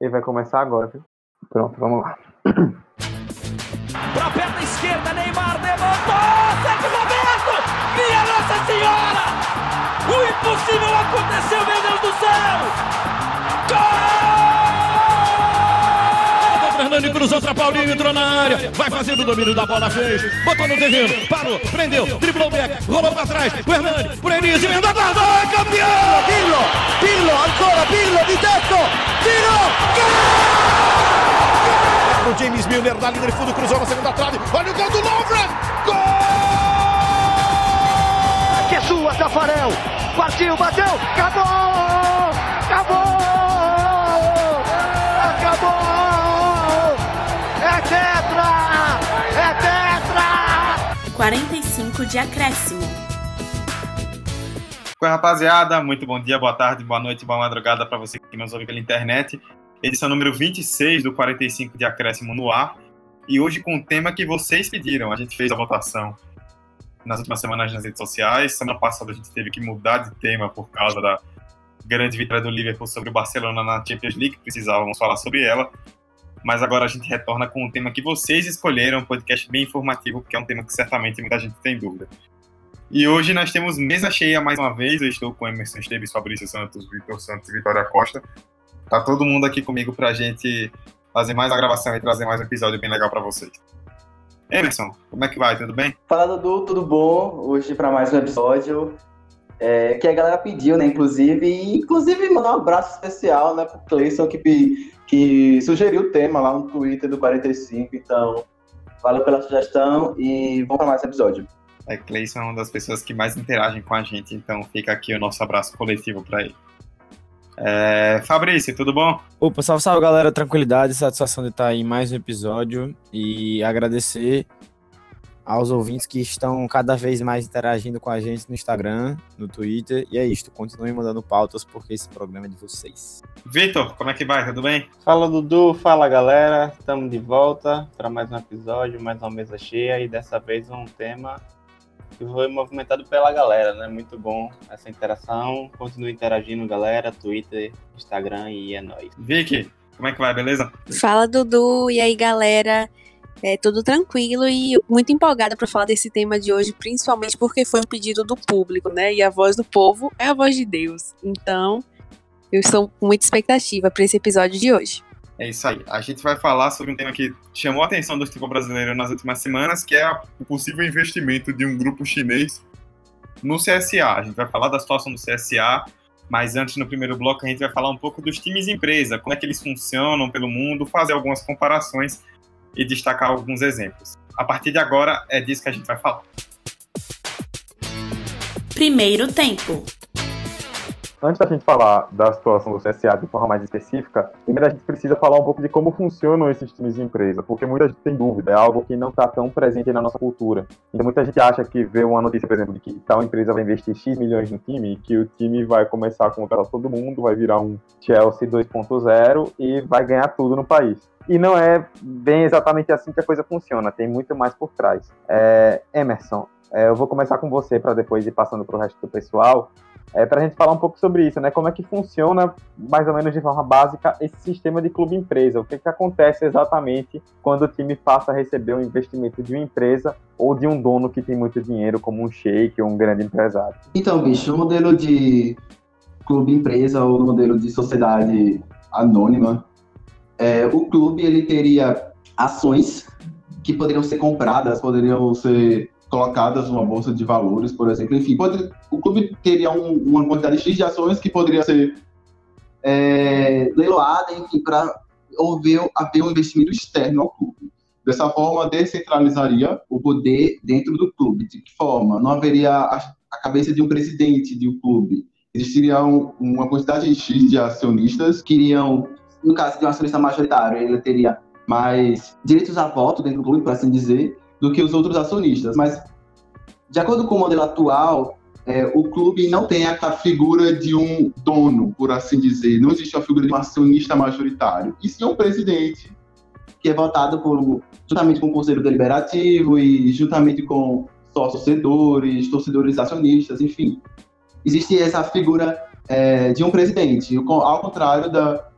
Ele vai começar agora, viu? Pronto, vamos lá. Pra perna esquerda, Neymar levantou! Sete momento! Minha Nossa Senhora! O impossível aconteceu, meu Deus do céu! Gol! Fernando cruzou pra Paulinho, entrou na área, vai fazendo o domínio da bola, fez, botou no terreno, parou, prendeu, driblou o back, rolou pra trás, o Hernani, por Enis, emendou, guardou, é campeão! Pirlo, ancora Pirlo di tetto, tiro, gol! O James Milner na linha de fundo, cruzou na segunda trave, olha o gol do Lovren, gol! Que é sua, Tafarel, partiu, bateu, acabou! Acabou! Acabou! É tetra! É tetra! 45 de acréscimo. Oi, rapaziada, muito bom dia, boa tarde, boa noite, boa madrugada para você que nos ouve pela internet. Edição número 26 do 45 de acréscimo no ar. E hoje com um tema que vocês pediram. A gente fez a votação nas últimas semanas nas redes sociais. Semana passada a gente teve que mudar de tema por causa da grande vitória do Liverpool sobre o Barcelona na Champions League. Precisávamos falar sobre ela. Mas agora a gente retorna com um tema que vocês escolheram, um podcast bem informativo, porque é um tema que certamente muita gente tem dúvida. E hoje nós temos mesa cheia mais uma vez. Eu estou com Emerson Esteves, Fabrício Santos, Vitor Santos e Vitória Costa. Tá todo mundo aqui comigo pra gente fazer mais uma gravação e trazer mais um episódio bem legal pra vocês. Emerson, como é que vai? Tudo bem? Fala, Dudu, tudo bom? Hoje pra mais um episódio que a galera pediu, né? Inclusive mandar um abraço especial, né, pro Cleison, que sugeriu o tema lá no Twitter do 45. Então, valeu pela sugestão e vamos pra mais um episódio. Cleison é uma das pessoas que mais interagem com a gente, então fica aqui o nosso abraço coletivo pra ele. Fabrício, tudo bom? Opa, salve galera, tranquilidade, satisfação de estar em mais um episódio e agradecer aos ouvintes que estão cada vez mais interagindo com a gente no Instagram, no Twitter, e é isto, continuem mandando pautas porque esse programa é de vocês. Vitor, como é que vai? Tudo bem? Fala, Dudu, fala galera, estamos de volta para mais um episódio, mais uma mesa cheia e dessa vez um tema que foi movimentado pela galera, né? Muito bom essa interação. Continue interagindo, galera. Twitter, Instagram e é nóis. Vicky, como é que vai? Beleza? Fala, Dudu. E aí, galera? Tudo tranquilo e muito empolgada para falar desse tema de hoje, principalmente porque foi um pedido do público, né? E a voz do povo é a voz de Deus. Então, eu estou com muita expectativa para esse episódio de hoje. É isso aí. A gente vai falar sobre um tema que chamou a atenção do futebol brasileiro nas últimas semanas, que é o possível investimento de um grupo chinês no CSA. A gente vai falar da situação do CSA, mas antes, no primeiro bloco, a gente vai falar um pouco dos times empresa, como é que eles funcionam pelo mundo, fazer algumas comparações e destacar alguns exemplos. A partir de agora, é disso que a gente vai falar. Primeiro tempo. Antes da gente falar da situação do CSA de forma mais específica, primeiro a gente precisa falar um pouco de como funcionam esses times de empresa, porque muita gente tem dúvida, é algo que não está tão presente na nossa cultura. Então muita gente acha que vê uma notícia, por exemplo, de que tal empresa vai investir X milhões no time, e que o time vai começar a contratar todo mundo, vai virar um Chelsea 2.0 e vai ganhar tudo no país. E não é bem exatamente assim que a coisa funciona, tem muito mais por trás. Emerson, eu vou começar com você para depois ir passando para o resto do pessoal. Para a gente falar um pouco sobre isso, né? Como é que funciona, mais ou menos de forma básica, esse sistema de clube-empresa? O que acontece exatamente quando o time passa a receber um investimento de uma empresa ou de um dono que tem muito dinheiro, como um sheik ou um grande empresário? Então, bicho, o modelo de clube-empresa ou o modelo de sociedade anônima, o clube ele teria ações que poderiam ser compradas, poderiam ser colocadas numa bolsa de valores, por exemplo. Enfim, o clube teria uma quantidade X de ações que poderia ser leiloada, enfim, para haver um investimento externo ao clube. Dessa forma, descentralizaria o poder dentro do clube. De que forma? Não haveria a cabeça de um presidente de um clube. Existiria uma quantidade X de acionistas que iriam, no caso de um acionista majoritário, ele teria mais direitos a voto dentro do clube, por assim dizer, do que os outros acionistas. Mas, de acordo com o modelo atual, o clube não tem a figura de um dono, por assim dizer. Não existe a figura de um acionista majoritário. E sim um presidente, que é votado juntamente com o conselho deliberativo e juntamente com sócios-torcedores, torcedores acionistas, enfim. Existe essa figura de um presidente, ao contrário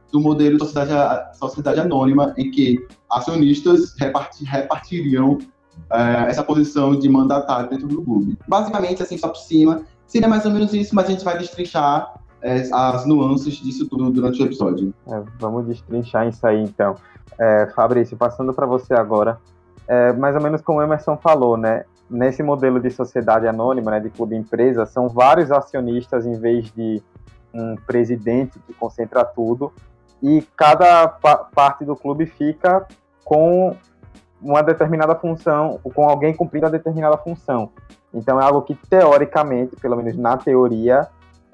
do modelo de sociedade anônima, em que acionistas repartiriam essa posição de mandatário dentro do clube. Basicamente, assim, só por cima, seria mais ou menos isso, mas a gente vai destrinchar as nuances disso tudo durante o episódio. Vamos destrinchar isso aí, então. Fabrício, passando para você agora, mais ou menos como o Emerson falou, né? Nesse modelo de sociedade anônima, né, de clube-empresa, são vários acionistas em vez de um presidente que concentra tudo, e cada parte do clube fica com uma determinada função, com alguém cumprindo a determinada função. Então é algo que, teoricamente, pelo menos na teoria,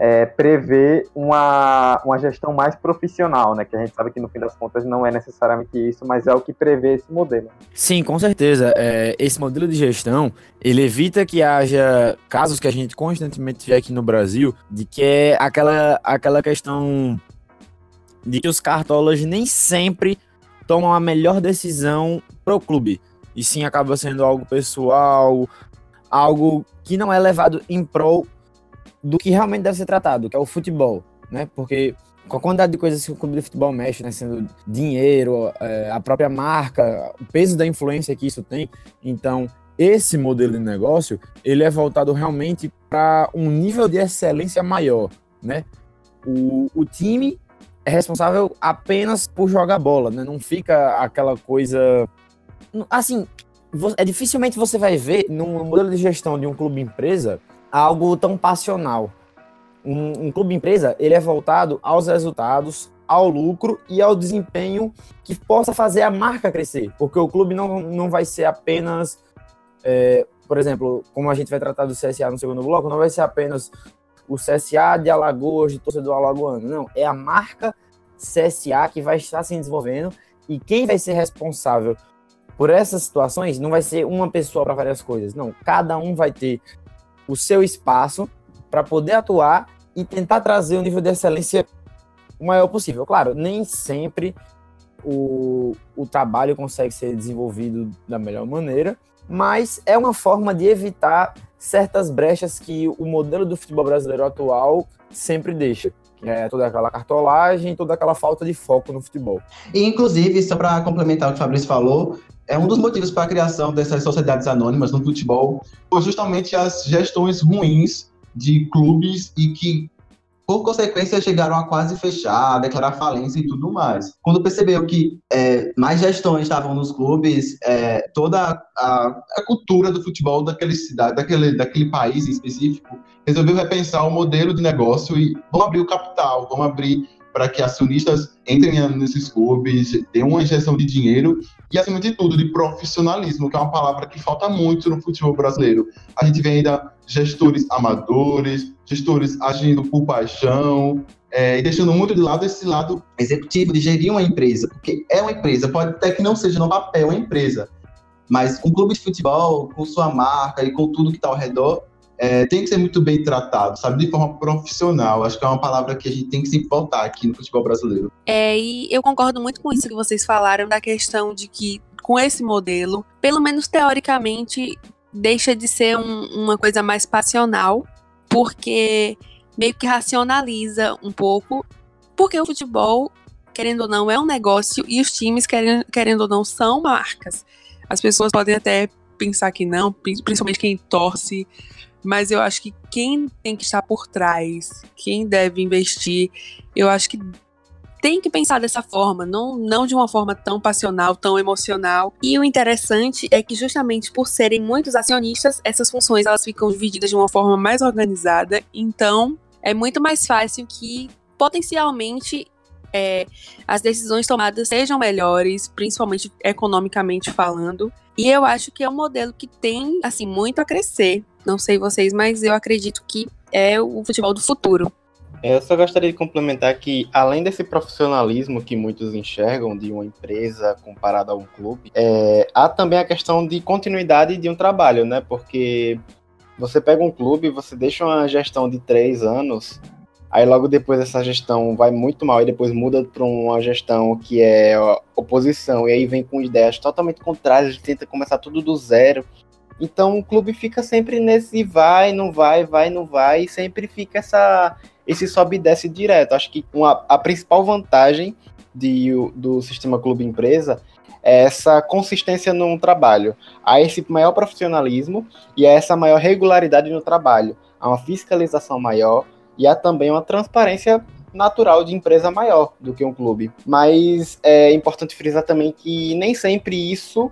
prevê uma gestão mais profissional, né? Que a gente sabe que, no fim das contas, não é necessariamente isso, mas é o que prevê esse modelo. Sim, com certeza. Esse modelo de gestão, ele evita que haja casos que a gente constantemente vê aqui no Brasil, de que é aquela questão de que os cartolas nem sempre tomam a melhor decisão pro clube, e sim acaba sendo algo pessoal, algo que não é levado em prol do que realmente deve ser tratado, que é o futebol, né? Porque com a quantidade de coisas que o clube de futebol mexe, né? Sendo dinheiro, a própria marca, o peso da influência que isso tem. Então, esse modelo de negócio, ele é voltado realmente para um nível de excelência maior, né? O time é responsável apenas por jogar bola, né? Não fica aquela coisa... Assim, dificilmente você vai ver no modelo de gestão de um clube-empresa algo tão passional. Um clube-empresa, ele é voltado aos resultados, ao lucro e ao desempenho que possa fazer a marca crescer. Porque o clube não vai ser apenas... por exemplo, como a gente vai tratar do CSA no segundo bloco, não vai ser apenas o CSA de Alagoas, de torcedor alagoano. Não, é a marca CSA que vai estar se desenvolvendo, e quem vai ser responsável por essas situações não vai ser uma pessoa para várias coisas. Não, cada um vai ter o seu espaço para poder atuar e tentar trazer o nível de excelência o maior possível. Claro, nem sempre o trabalho consegue ser desenvolvido da melhor maneira, mas é uma forma de evitar certas brechas que o modelo do futebol brasileiro atual sempre deixa, que é toda aquela cartolagem, toda aquela falta de foco no futebol. E, inclusive, só para complementar o que o Fabrício falou, um dos motivos para a criação dessas sociedades anônimas no futebol foi justamente as gestões ruins de clubes e que, por consequência, chegaram a quase fechar, declarar falência e tudo mais. Quando percebeu que mais gestões estavam nos clubes, toda a cultura do futebol daquele país em específico resolveu repensar o modelo de negócio e vamos abrir o capital, vamos abrir para que acionistas entrem nesses clubes, tenham uma injeção de dinheiro e, acima de tudo, de profissionalismo, que é uma palavra que falta muito no futebol brasileiro. A gente vê ainda gestores amadores, gestores agindo por paixão, e deixando muito de lado esse lado executivo de gerir uma empresa, porque é uma empresa, pode até que não seja no papel uma empresa, mas um clube de futebol, com sua marca e com tudo que está ao redor, tem que ser muito bem tratado, sabe, de forma profissional. Acho que é uma palavra que a gente tem que se voltar aqui no futebol brasileiro. E eu concordo muito com isso que vocês falaram, da questão de que, com esse modelo, pelo menos teoricamente, deixa de ser uma coisa mais passional, porque meio que racionaliza um pouco, porque o futebol, querendo ou não, é um negócio, e os times, querendo ou não, são marcas. As pessoas podem até pensar que não, principalmente quem torce, mas eu acho que quem tem que estar por trás, quem deve investir, eu acho que tem que pensar dessa forma, não de uma forma tão passional, tão emocional. E o interessante é que, justamente por serem muitos acionistas, essas funções elas ficam divididas de uma forma mais organizada, então é muito mais fácil que, potencialmente, as decisões tomadas sejam melhores, principalmente economicamente falando. E eu acho que é um modelo que tem, assim, muito a crescer. Não sei vocês, mas eu acredito que é o futebol do futuro. Eu só gostaria de complementar que, além desse profissionalismo que muitos enxergam de uma empresa comparada a um clube, há também a questão de continuidade de um trabalho, né? Porque você pega um clube, você deixa uma gestão de 3 anos, aí logo depois essa gestão vai muito mal e depois muda para uma gestão que é oposição, e aí vem com ideias totalmente contrárias, tenta começar tudo do zero. Então o clube fica sempre nesse vai, não vai, e sempre fica esse sobe e desce direto. Acho que a principal vantagem do sistema clube-empresa é essa consistência no trabalho, há esse maior profissionalismo e há essa maior regularidade no trabalho, há uma fiscalização maior e há também uma transparência natural de empresa maior do que um clube. Mas é importante frisar também que nem sempre isso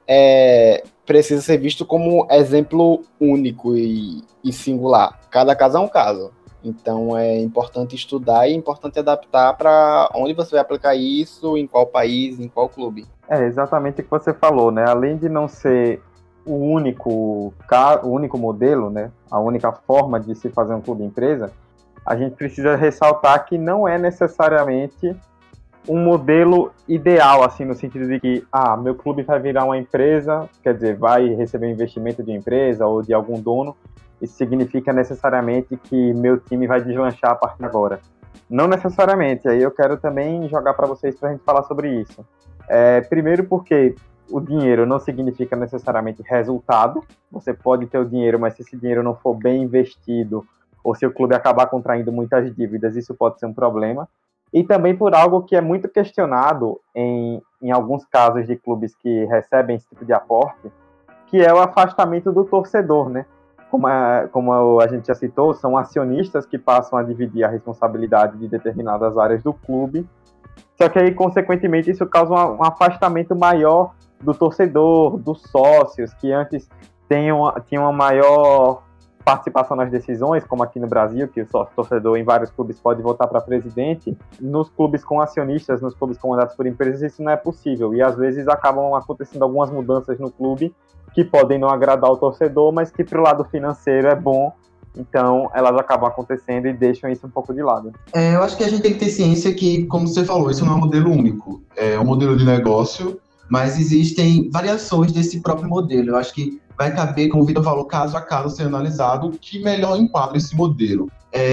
precisa ser visto como exemplo único e singular. Cada caso é um caso. Então é importante estudar e é importante adaptar para onde você vai aplicar isso, em qual país, em qual clube. É exatamente o que você falou, né? Além de não ser o único modelo, né? A única forma de se fazer um clube empresa, a gente precisa ressaltar que não é necessariamente um modelo ideal, assim, no sentido de que, meu clube vai virar uma empresa, quer dizer, vai receber um investimento de empresa ou de algum dono, isso significa necessariamente que meu time vai deslanchar a partir de agora. Não necessariamente, aí eu quero também jogar para vocês para a gente falar sobre isso. Primeiro porque o dinheiro não significa necessariamente resultado, você pode ter o dinheiro, mas se esse dinheiro não for bem investido, ou se o clube acabar contraindo muitas dívidas, isso pode ser um problema. E também por algo que é muito questionado em alguns casos de clubes que recebem esse tipo de aporte, que é o afastamento do torcedor, né? Como a gente já citou, são acionistas que passam a dividir a responsabilidade de determinadas áreas do clube, só que aí, consequentemente, isso causa um afastamento maior do torcedor, dos sócios, que antes tinham uma maior participação nas decisões, como aqui no Brasil, que o sócio-torcedor em vários clubes pode votar para presidente. Nos clubes com acionistas, nos clubes comandados por empresas, isso não é possível, e às vezes acabam acontecendo algumas mudanças no clube que podem não agradar o torcedor, mas que para o lado financeiro é bom, então elas acabam acontecendo e deixam isso um pouco de lado. Eu acho que a gente tem que ter ciência que, como você falou, isso não é um modelo único, é um modelo de negócio, mas existem variações desse próprio modelo. Eu acho que vai caber, como o Vitor falou, caso a caso ser analisado o que melhor enquadra esse modelo.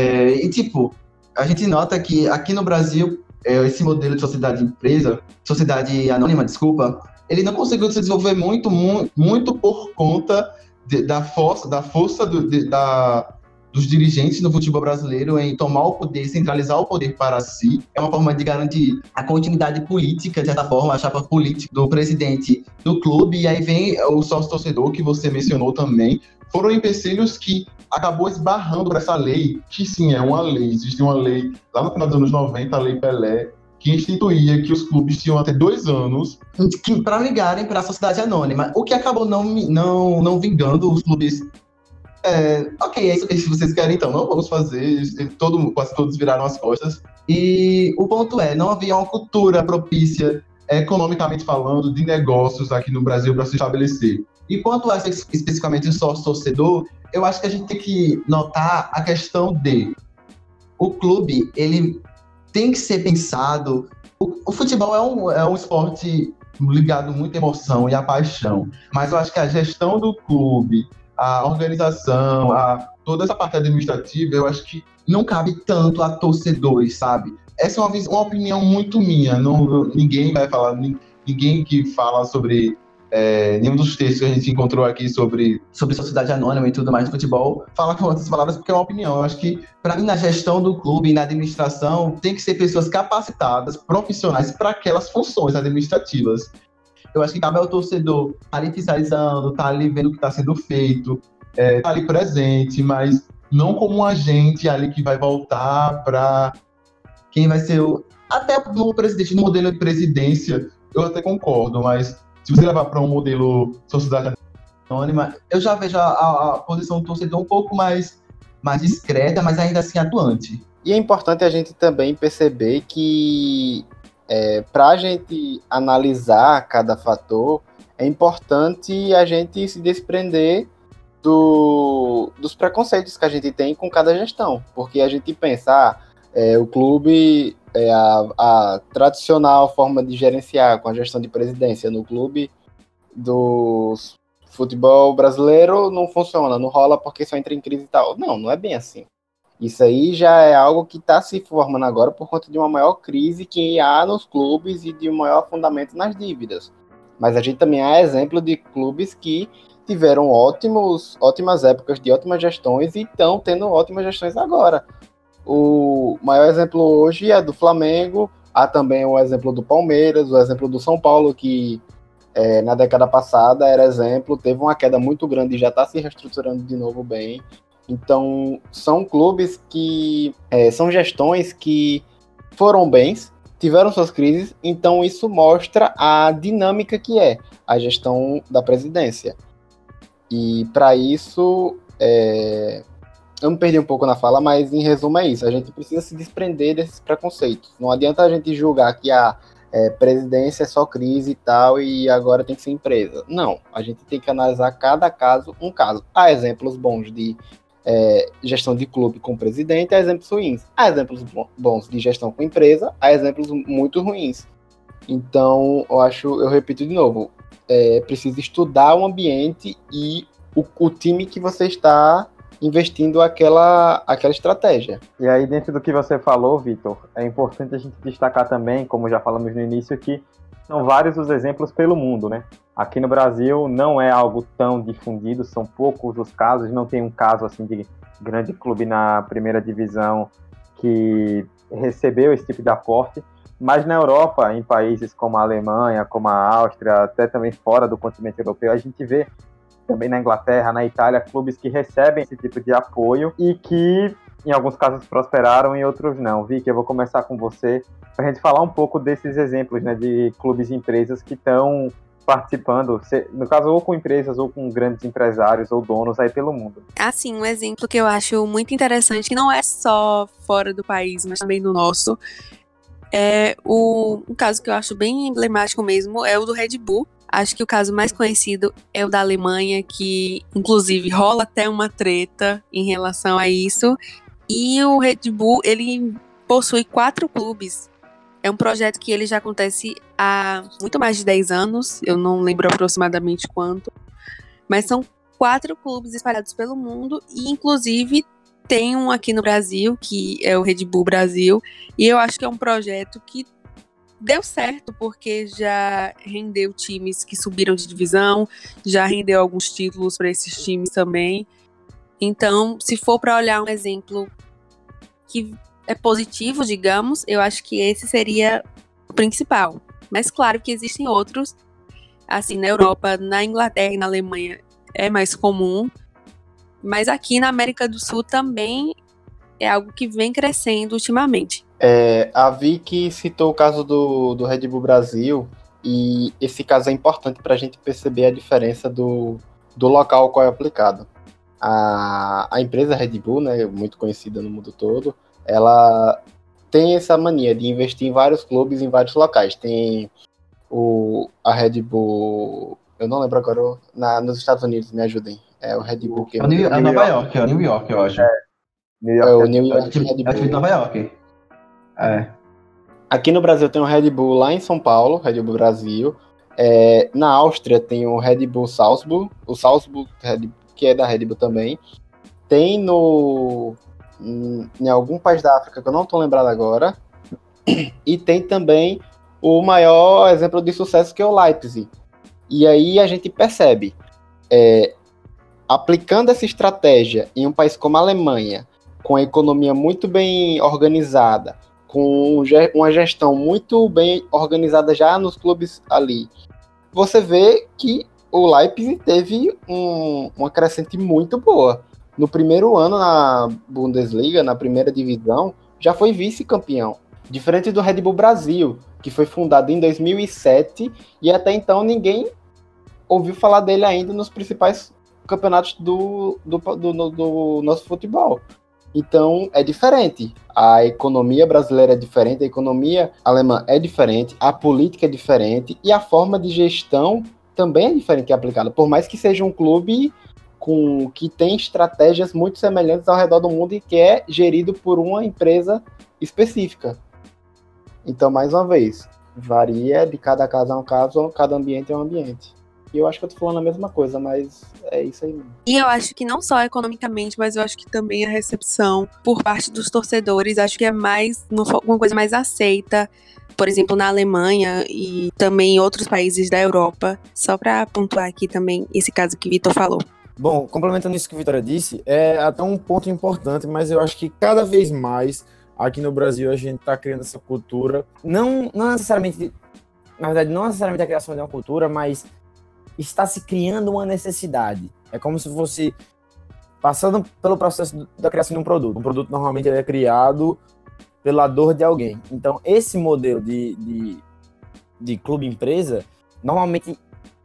A gente nota que aqui no Brasil, esse modelo de sociedade anônima, ele não conseguiu se desenvolver muito por conta da força dos dirigentes no futebol brasileiro em tomar o poder, centralizar o poder para si. É uma forma de garantir a continuidade política, de certa forma, a chapa política do presidente do clube. E aí vem o sócio-torcedor, que você mencionou também. Foram empecilhos que acabou esbarrando para essa lei, que sim, é uma lei. Existe uma lei, lá no final dos anos 90, a Lei Pelé, que instituía que os clubes tinham até 2 anos para ligarem para a sociedade anônima, o que acabou não vingando os clubes. Ok, é isso que vocês querem, então não vamos fazer. Quase todos viraram as costas. E o ponto não havia uma cultura propícia, economicamente falando, de negócios aqui no Brasil para se estabelecer. E quanto a especificamente o sócio-torcedor, eu acho que a gente tem que notar a questão de o clube, ele tem que ser pensado. O futebol é um esporte ligado muito à emoção e à paixão, mas eu acho que a gestão do clube, a organização, toda essa parte administrativa, eu acho que não cabe tanto a torcedores, sabe? Essa é uma opinião muito minha. Ninguém vai falar, ninguém que fala sobre nenhum dos textos que a gente encontrou aqui sobre sociedade anônima e tudo mais do futebol, fala com outras palavras porque é uma opinião. Eu acho que, para mim, na gestão do clube e na administração, tem que ser pessoas capacitadas, profissionais para aquelas funções administrativas. Eu acho que cabe ao torcedor estar ali fiscalizando, estar ali vendo o que está sendo feito, estar ali presente, mas não como um agente ali que vai voltar para quem vai ser até o novo presidente. No modelo de presidência, eu até concordo, mas se você levar para um modelo sociedade anônima, eu já vejo a posição do torcedor um pouco mais discreta, mas ainda assim atuante. E é importante a gente também perceber que para a gente analisar cada fator, é importante a gente se desprender dos preconceitos que a gente tem com cada gestão, porque a gente pensa, o clube, a tradicional forma de gerenciar com a gestão de presidência no clube do futebol brasileiro não funciona, não rola porque só entra em crise e tal. Não é bem assim. Isso aí já é algo que está se formando agora por conta de uma maior crise que há nos clubes e de um maior fundamento nas dívidas. Mas a gente também há exemplo de clubes que tiveram ótimas épocas de ótimas gestões e estão tendo ótimas gestões agora. O maior exemplo hoje é do Flamengo, há também o exemplo do Palmeiras, o exemplo do São Paulo, que na década passada era exemplo, teve uma queda muito grande e já está se reestruturando de novo bem. Então, são clubes que são gestões que foram bens, tiveram suas crises, então isso mostra a dinâmica que é a gestão da presidência. E para isso, eu me perdi um pouco na fala, mas em resumo é isso, a gente precisa se desprender desses preconceitos. Não adianta a gente julgar que a presidência é só crise e tal, e agora tem que ser empresa. Não, a gente tem que analisar cada caso, um caso. Há exemplos bons de gestão de clube com presidente, há exemplos ruins. Há exemplos bons de gestão com empresa, há exemplos muito ruins. Então, eu repito de novo, precisa estudar o ambiente e o time que você está investindo aquela estratégia. E aí, dentro do que você falou, Vitor, é importante a gente destacar também, como já falamos no início, que são vários os exemplos pelo mundo, né? Aqui no Brasil não é algo tão difundido, são poucos os casos, não tem um caso assim de grande clube na primeira divisão que recebeu esse tipo de aporte, mas na Europa, em países como a Alemanha, como a Áustria, até também fora do continente europeu, a gente vê também na Inglaterra, na Itália, clubes que recebem esse tipo de apoio e que, em alguns casos, prosperaram e outros não. Vicky, eu vou começar com você para a gente falar um pouco desses exemplos, né, de clubes e empresas que estão participando, no caso, ou com empresas, ou com grandes empresários ou donos aí pelo mundo. Assim, um exemplo que eu acho muito interessante, que não é só fora do país, mas também no nosso, um caso que eu acho bem emblemático mesmo, é o do Red Bull. Acho que o caso mais conhecido é o da Alemanha, que inclusive rola até uma treta em relação a isso. E o Red Bull, ele possui 4 clubes. É um projeto que ele já acontece há muito mais de 10 anos, eu não lembro aproximadamente quanto, mas são 4 clubes espalhados pelo mundo e inclusive tem um aqui no Brasil, que é o Red Bull Brasil, e eu acho que é um projeto que deu certo, porque já rendeu times que subiram de divisão, já rendeu alguns títulos para esses times também. Então, se for para olhar um exemplo que é positivo, digamos, eu acho que esse seria o principal. Mas claro que existem outros, assim, na Europa, na Inglaterra e na Alemanha é mais comum, mas aqui na América do Sul também é algo que vem crescendo ultimamente. A Vicky citou o caso do Red Bull Brasil, e esse caso é importante para a gente perceber a diferença do local ao qual é aplicado. A empresa Red Bull, né, muito conhecida no mundo todo, ela tem essa mania de investir em vários clubes em vários locais. Tem a Red Bull, eu não lembro agora, nos Estados Unidos, me ajudem. É o Red Bull que é Nova York, é New York, eu acho. O New York Red Bull. É de Nova York. Aqui no Brasil tem o Red Bull lá em São Paulo, Red Bull Brasil. Na Áustria tem o Red Bull Salzburg, o Salzburg, que é da Red Bull também. Tem em algum país da África que eu não estou lembrado agora. E tem também o maior exemplo de sucesso, que é o Leipzig. E aí a gente percebe, aplicando essa estratégia em um país como a Alemanha, com a economia muito bem organizada, com uma gestão muito bem organizada já nos clubes ali, você vê que o Leipzig teve uma crescente muito boa. No primeiro ano na Bundesliga, na primeira divisão, já foi vice-campeão. Diferente do Red Bull Brasil, que foi fundado em 2007, e até então ninguém ouviu falar dele ainda nos principais campeonatos do nosso futebol. Então, é diferente. A economia brasileira é diferente, a economia alemã é diferente, a política é diferente e a forma de gestão também é diferente que é aplicada. Por mais que seja um clube que tem estratégias muito semelhantes ao redor do mundo e que é gerido por uma empresa específica. Então, mais uma vez, varia de cada caso a um caso, cada ambiente é um ambiente. E eu acho que eu tô falando a mesma coisa, mas é isso aí mesmo. E eu acho que não só economicamente, mas eu acho que também a recepção por parte dos torcedores, acho que é uma coisa mais aceita, por exemplo, na Alemanha e também em outros países da Europa. Só para pontuar aqui também esse caso que o Vitor falou. Bom, complementando isso que a Vitória disse, é até um ponto importante, mas eu acho que cada vez mais aqui no Brasil a gente está criando essa cultura, não necessariamente, na verdade, não necessariamente a criação de uma cultura, mas está se criando uma necessidade. É como se fosse passando pelo processo da criação de um produto. Um produto normalmente ele é criado pela dor de alguém. Então, esse modelo de clube-empresa, normalmente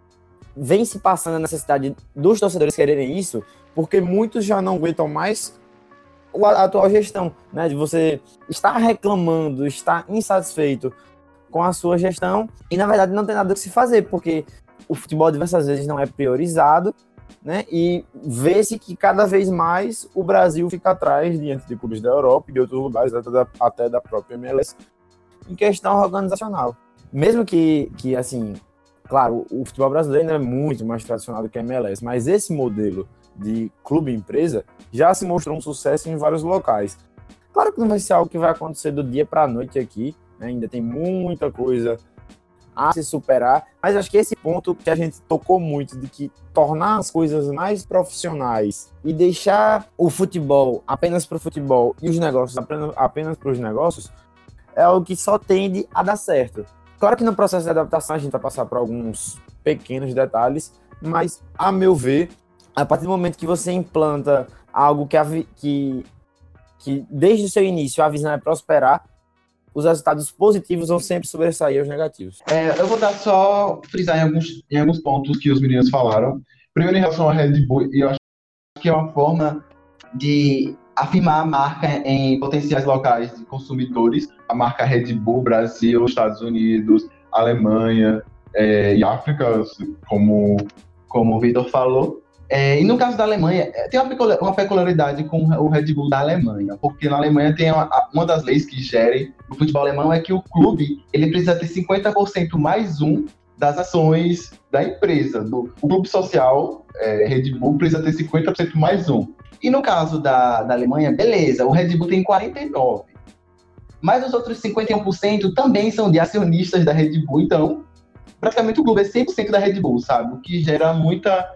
vem se passando a necessidade dos torcedores quererem isso, porque muitos já não aguentam mais a atual gestão, né? De você estar reclamando, estar insatisfeito com a sua gestão e, na verdade, não tem nada que se fazer, porque o futebol diversas vezes não é priorizado, né? E vê-se que cada vez mais o Brasil fica atrás diante de clubes da Europa e de outros lugares, até da própria MLS, em questão organizacional. Mesmo que assim, claro, o futebol brasileiro é muito mais tradicional do que a MLS, mas esse modelo de clube-empresa já se mostrou um sucesso em vários locais. Claro que não vai ser algo que vai acontecer do dia para a noite aqui, né? Ainda tem muita coisa a se superar, mas acho que esse ponto que a gente tocou muito, de que tornar as coisas mais profissionais e deixar o futebol apenas para o futebol e os negócios apenas para os negócios, é algo que só tende a dar certo. Claro que no processo de adaptação a gente vai passar por alguns pequenos detalhes, mas, a meu ver, a partir do momento que você implanta algo que desde o seu início a visão é prosperar, os resultados positivos vão sempre sobressair aos negativos. Eu vou dar só frisar em alguns pontos que os meninos falaram. Primeiro, em relação à Red Bull, eu acho que é uma forma de afirmar a marca em potenciais locais de consumidores. A marca Red Bull, Brasil, Estados Unidos, Alemanha e África, como o Vitor falou. E no caso da Alemanha, tem uma peculiaridade com o Red Bull da Alemanha, porque na Alemanha tem uma das leis que gerem o futebol alemão é que o clube ele precisa ter 50% mais um das ações da empresa. O clube social, Red Bull, precisa ter 50% mais um. E no caso da Alemanha, beleza, o Red Bull tem 49%. Mas os outros 51% também são de acionistas da Red Bull, então praticamente o clube é 100% da Red Bull, sabe? O que gera muita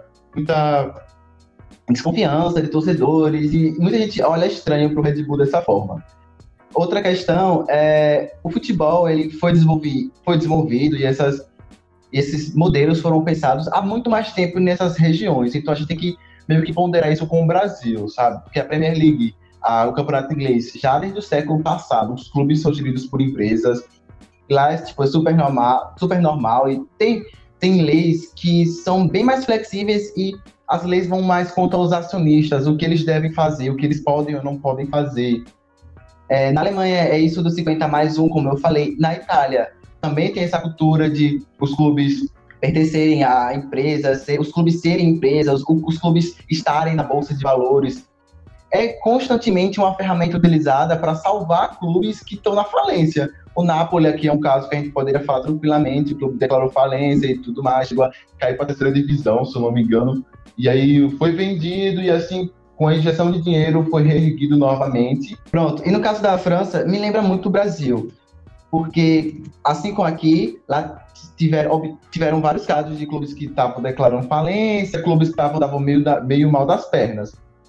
desconfiança de torcedores e muita gente olha estranho pro Red Bull dessa forma. Outra questão é o futebol, ele foi desenvolvido e esses modelos foram pensados há muito mais tempo nessas regiões, então a gente tem que meio que ponderar isso com o Brasil, sabe? Porque a Premier League, o campeonato inglês, já desde o século passado, os clubes são geridos por empresas, lá é super normal e tem leis que são bem mais flexíveis e as leis vão mais contra os acionistas, o que eles devem fazer, o que eles podem ou não podem fazer. Na Alemanha é isso do 50 mais um, como eu falei. Na Itália também tem essa cultura de os clubes pertencerem a empresas, os clubes serem empresas, os clubes estarem na bolsa de valores. É constantemente uma ferramenta utilizada para salvar clubes que estão na falência. O Napoli aqui é um caso que a gente poderia falar tranquilamente, o clube declarou falência e tudo mais, chegou a cair para a terceira divisão, se eu não me engano, e aí foi vendido e assim, com a injeção de dinheiro, foi reerguido novamente. Pronto, e no caso da França, me lembra muito o Brasil, porque assim como aqui, lá tiveram vários casos de clubes que estavam declarando falência, clubes que estavam meio mal das pernas.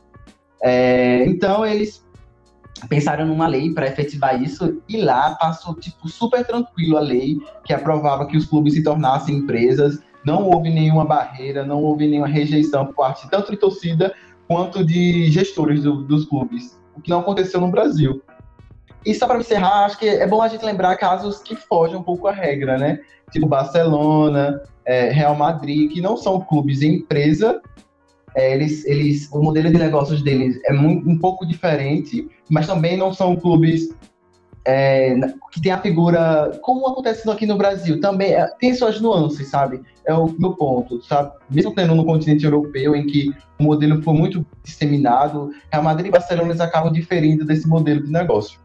Então eles pensaram numa lei para efetivar isso e lá passou super tranquilo a lei que aprovava que os clubes se tornassem empresas, não houve nenhuma barreira, não houve nenhuma rejeição por parte tanto de torcida quanto de gestores dos clubes, o que não aconteceu no Brasil. E só para encerrar, acho que é bom a gente lembrar casos que fogem um pouco à regra, né? Tipo Barcelona, Real Madrid, que não são clubes empresa. O modelo de negócios deles é um pouco diferente, mas também não são clubes que tem a figura, como acontece aqui no Brasil, também tem suas nuances, sabe? É o meu ponto, sabe? Mesmo tendo no continente europeu, em que o modelo foi muito disseminado, Real Madrid e Barcelona eles acabam diferindo desse modelo de negócio.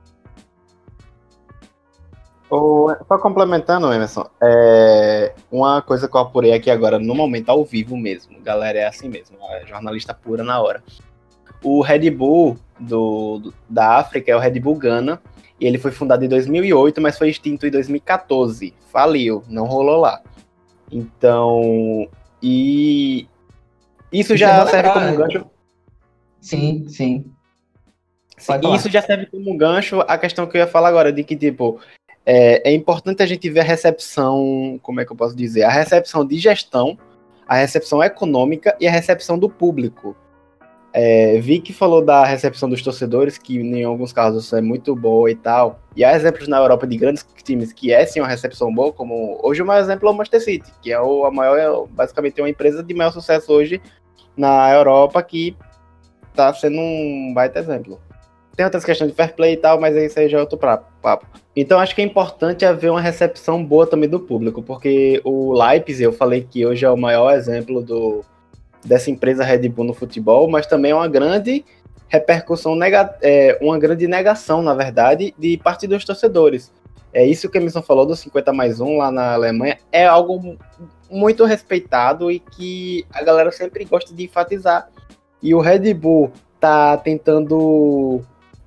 Só complementando, Emerson, uma coisa que eu apurei aqui agora, no momento, ao vivo mesmo, galera, é assim mesmo, jornalista pura na hora. O Red Bull da África é o Red Bull Ghana, e ele foi fundado em 2008, mas foi extinto em 2014, faliu, não rolou lá. Então, e Isso Isso já é serve bom, como um cara. gancho. Sim. Pode E falar. isso já serve como um gancho a questão que eu ia falar agora, de que, tipo, é importante a gente ver a recepção, como é que eu posso dizer? A recepção de gestão, a recepção econômica e a recepção do público. Vi que falou da recepção dos torcedores, que em alguns casos é muito boa e tal. E há exemplos na Europa de grandes times que sim uma recepção boa, como hoje o maior exemplo é o Manchester City, que é a maior, basicamente uma empresa de maior sucesso hoje na Europa, que tá sendo um baita exemplo. Tem outras questões de fair play e tal, mas isso aí já é outro papo. Então acho que é importante haver uma recepção boa também do público, porque o Leipzig, eu falei que hoje é o maior exemplo dessa empresa Red Bull no futebol, mas também é uma grande repercussão, uma grande negação, na verdade, de parte dos torcedores. É isso que a Emerson falou do 50+1 lá na Alemanha, é algo muito respeitado e que a galera sempre gosta de enfatizar. E o Red Bull tá tentando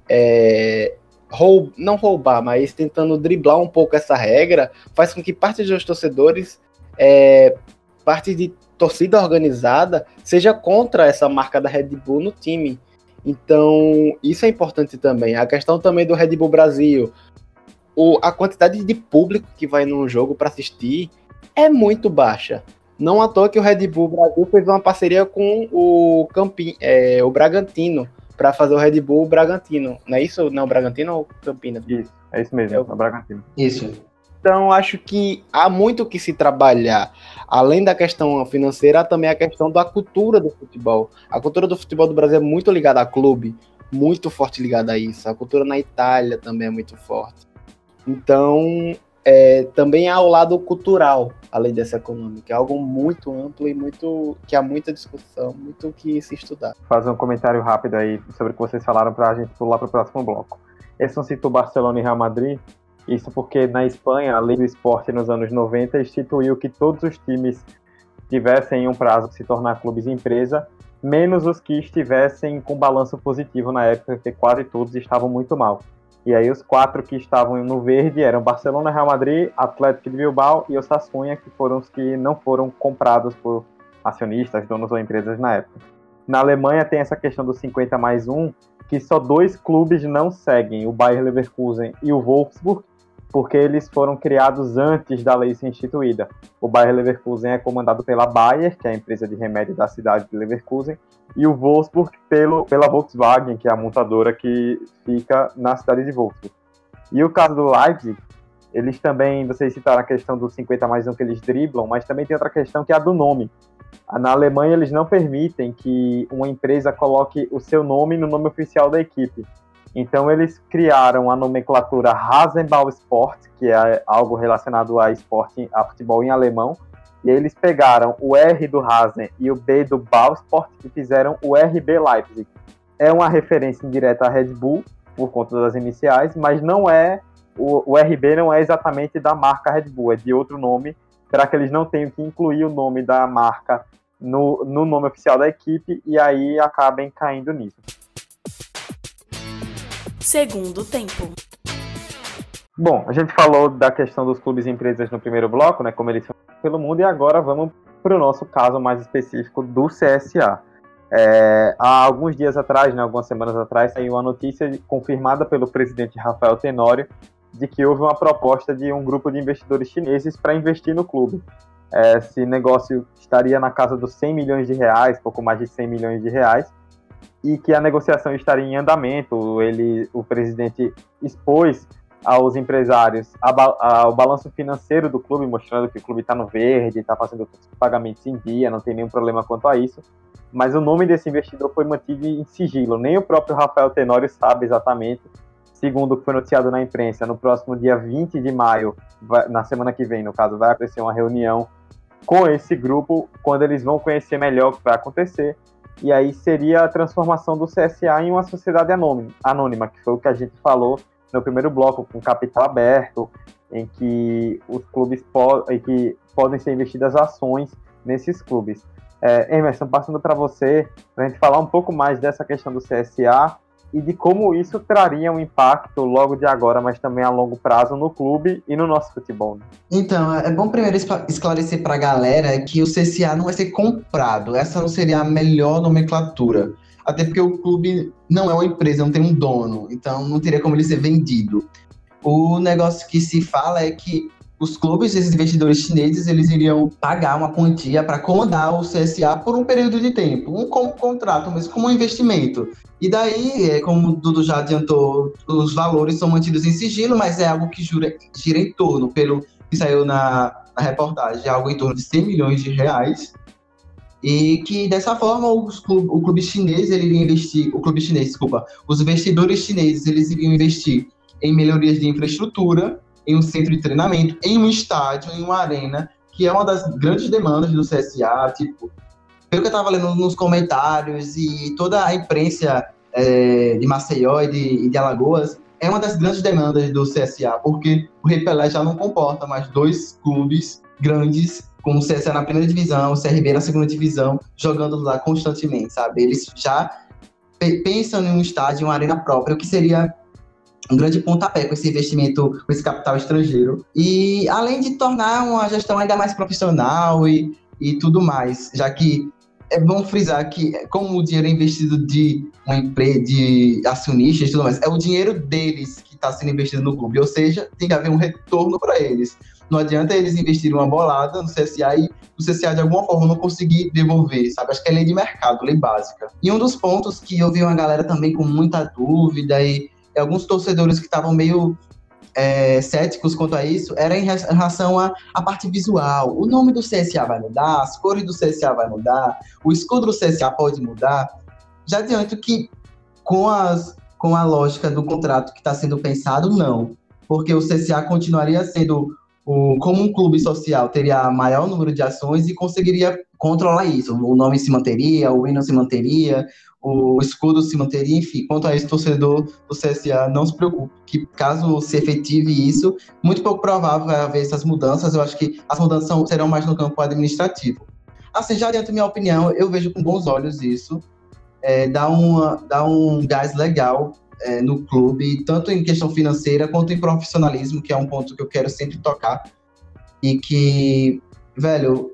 não roubar, mas tentando driblar um pouco essa regra, faz com que parte dos torcedores, parte de torcida organizada, seja contra essa marca da Red Bull no time. Então, isso é importante também. A questão também do Red Bull Brasil, a quantidade de público que vai num jogo para assistir é muito baixa. Não à toa que o Red Bull Brasil fez uma parceria com o Bragantino, para fazer o Red Bull Bragantino. Não é isso? Não, Bragantino ou Campinas? Isso, é isso mesmo, é o Bragantino. Isso. Então, acho que há muito o que se trabalhar. Além da questão financeira, há também a questão da cultura do futebol. A cultura do futebol do Brasil é muito ligada a clube, muito forte ligada a isso. A cultura na Itália também é muito forte. Então, também há o lado cultural, além dessa econômica. É algo muito amplo e que há muita discussão, muito o que se estudar. Fazer um comentário rápido aí sobre o que vocês falaram para a gente pular para o próximo bloco. Esse não citou Barcelona e Real Madrid, isso porque na Espanha, a Lei do Esporte nos anos 90 instituiu que todos os times tivessem um prazo de se tornar clubes empresa, menos os que estivessem com balanço positivo na época, porque quase todos estavam muito mal. E aí os 4 que estavam no verde eram Barcelona, Real Madrid, Atlético de Bilbao e Osasuna, que foram os que não foram comprados por acionistas, donos ou empresas na época. Na Alemanha tem essa questão do 50+1, que só 2 clubes não seguem, o Bayer Leverkusen e o Wolfsburg, porque eles foram criados antes da lei ser instituída. O Bayer Leverkusen é comandado pela Bayer, que é a empresa de remédio da cidade de Leverkusen, e o Wolfsburg pela Volkswagen, que é a montadora que fica na cidade de Wolfsburg. E o caso do Leipzig, eles também, vocês citaram a questão do 50+1 que eles driblam, mas também tem outra questão que é a do nome. Na Alemanha, eles não permitem que uma empresa coloque o seu nome no nome oficial da equipe. Então, eles criaram a nomenclatura Rasenball Sport, que é algo relacionado a futebol em alemão, e aí eles pegaram o R do Rasen e o B do Ballsport e fizeram o RB Leipzig. É uma referência indireta à Red Bull, por conta das iniciais, mas não é o RB não é exatamente da marca Red Bull, é de outro nome, para que eles não tenham que incluir o nome da marca no nome oficial da equipe e aí acabem caindo nisso. Segundo tempo. Bom, a gente falou da questão dos clubes e empresas no primeiro bloco, né, como eles são pelo mundo, e agora vamos para o nosso caso mais específico do CSA. Há alguns dias atrás, né, algumas semanas atrás, saiu uma notícia confirmada pelo presidente Rafael Tenório de que houve uma proposta de um grupo de investidores chineses para investir no clube. Esse negócio estaria na casa dos 100 milhões de reais, pouco mais de 100 milhões de reais, e que a negociação estaria em andamento. O presidente expôs aos empresários o balanço financeiro do clube, mostrando que o clube está no verde, está fazendo os pagamentos em dia, não tem nenhum problema quanto a isso. Mas o nome desse investidor foi mantido em sigilo. Nem o próprio Rafael Tenório sabe exatamente. Segundo o que foi noticiado na imprensa, no próximo dia 20 de maio, na semana que vem, no caso, vai acontecer uma reunião com esse grupo, quando eles vão conhecer melhor o que vai acontecer. E aí seria a transformação do CSA em uma sociedade anônima, que foi o que a gente falou no primeiro bloco, com capital aberto, em que os clubes podem ser investidas ações nesses clubes. Emerson, passando para você, para a gente falar um pouco mais dessa questão do CSA e de como isso traria um impacto logo de agora, mas também a longo prazo no clube e no nosso futebol. Então, é bom primeiro esclarecer para a galera que o CSA não vai ser comprado. Essa não seria a melhor nomenclatura. Até porque o clube não é uma empresa, não tem um dono. Então, não teria como ele ser vendido. O negócio que se fala é que os clubes, esses investidores chineses, eles iriam pagar uma quantia para comandar o CSA por um período de tempo. Como contrato, mas como um investimento. E daí, como o Dudu já adiantou, os valores são mantidos em sigilo, mas é algo que gira em torno, pelo que saiu na reportagem, algo em torno de 100 milhões de reais. E que, dessa forma, o clube chinês, ele iria investir, os investidores chineses, eles iriam investir em melhorias de infraestrutura, em um centro de treinamento, em um estádio, em uma arena, que é uma das grandes demandas do CSA, tipo, pelo que eu estava lendo nos comentários e toda a imprensa de Maceió e de Alagoas, é uma das grandes demandas do CSA, porque o Rei Pelé já não comporta mais dois clubes grandes, com o CSA na primeira divisão, o CRB na segunda divisão, jogando lá constantemente, sabe? Eles já pensam em um estádio, uma arena própria, o que seria um grande pontapé com esse investimento, com esse capital estrangeiro. E além de tornar uma gestão ainda mais profissional e tudo mais, já que é bom frisar que, como o dinheiro é investido de uma empresa, de acionistas e tudo mais, é o dinheiro deles que está sendo investido no clube, ou seja, tem que haver um retorno para eles. Não adianta eles investirem uma bolada no CSA e o CSA de alguma forma não conseguir devolver, sabe? Acho que é lei de mercado, lei básica. E um dos pontos que eu vi uma galera também com muita dúvida e alguns torcedores que estavam meio céticos quanto a isso, era em relação à parte visual. O nome do CSA vai mudar, as cores do CSA vai mudar, o escudo do CSA pode mudar. Já adianto que com a lógica do contrato que está sendo pensado, não. Porque o CSA continuaria sendo, como um clube social, teria maior número de ações e conseguiria controlar isso. O nome se manteria, o hino se manteria, o escudo se manteria, enfim. Quanto a esse torcedor do CSA, não se preocupe, que caso se efetive isso, muito pouco provável vai haver essas mudanças. Eu acho que as mudanças serão mais no campo administrativo. Assim, já adianto minha opinião, eu vejo com bons olhos isso. Dá um gás legal no clube, tanto em questão financeira quanto em profissionalismo, que é um ponto que eu quero sempre tocar. E que, velho,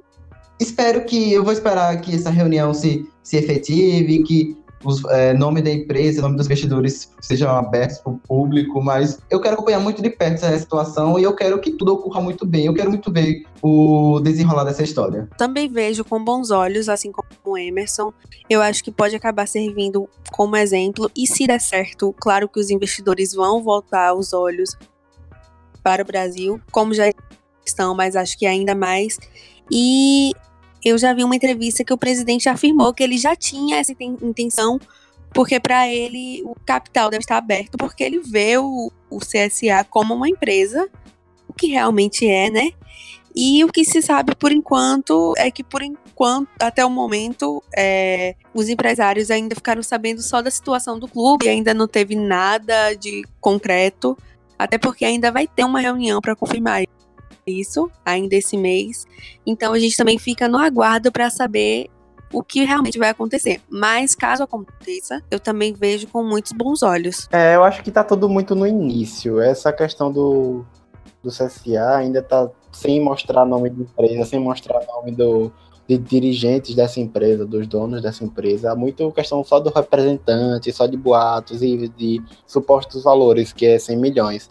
eu vou esperar que essa reunião se efetive, que os nome da empresa, nome dos investidores sejam abertos para o público, mas eu quero acompanhar muito de perto essa situação e eu quero que tudo ocorra muito bem. Eu quero muito ver o desenrolar dessa história. Também vejo com bons olhos, assim como o Emerson. Eu acho que pode acabar servindo como exemplo e, se der certo, claro que os investidores vão voltar os olhos para o Brasil, como já estão, mas acho que ainda mais. E eu já vi uma entrevista que o presidente afirmou que ele já tinha essa intenção, porque para ele o capital deve estar aberto, porque ele vê o CSA como uma empresa, o que realmente é, né? E o que se sabe por enquanto é que, até o momento, os empresários ainda ficaram sabendo só da situação do clube, ainda não teve nada de concreto, até porque ainda vai ter uma reunião para confirmar isso, ainda esse mês. Então a gente também fica no aguardo para saber o que realmente vai acontecer. Mas caso aconteça, eu também vejo com muitos bons olhos. Eu acho que tá tudo muito no início. Essa questão do CSA ainda tá sem mostrar nome de empresa, sem mostrar nome de dirigentes dessa empresa, dos donos dessa empresa. Há muito questão só do representante, só de boatos e de supostos valores, que é 100 milhões.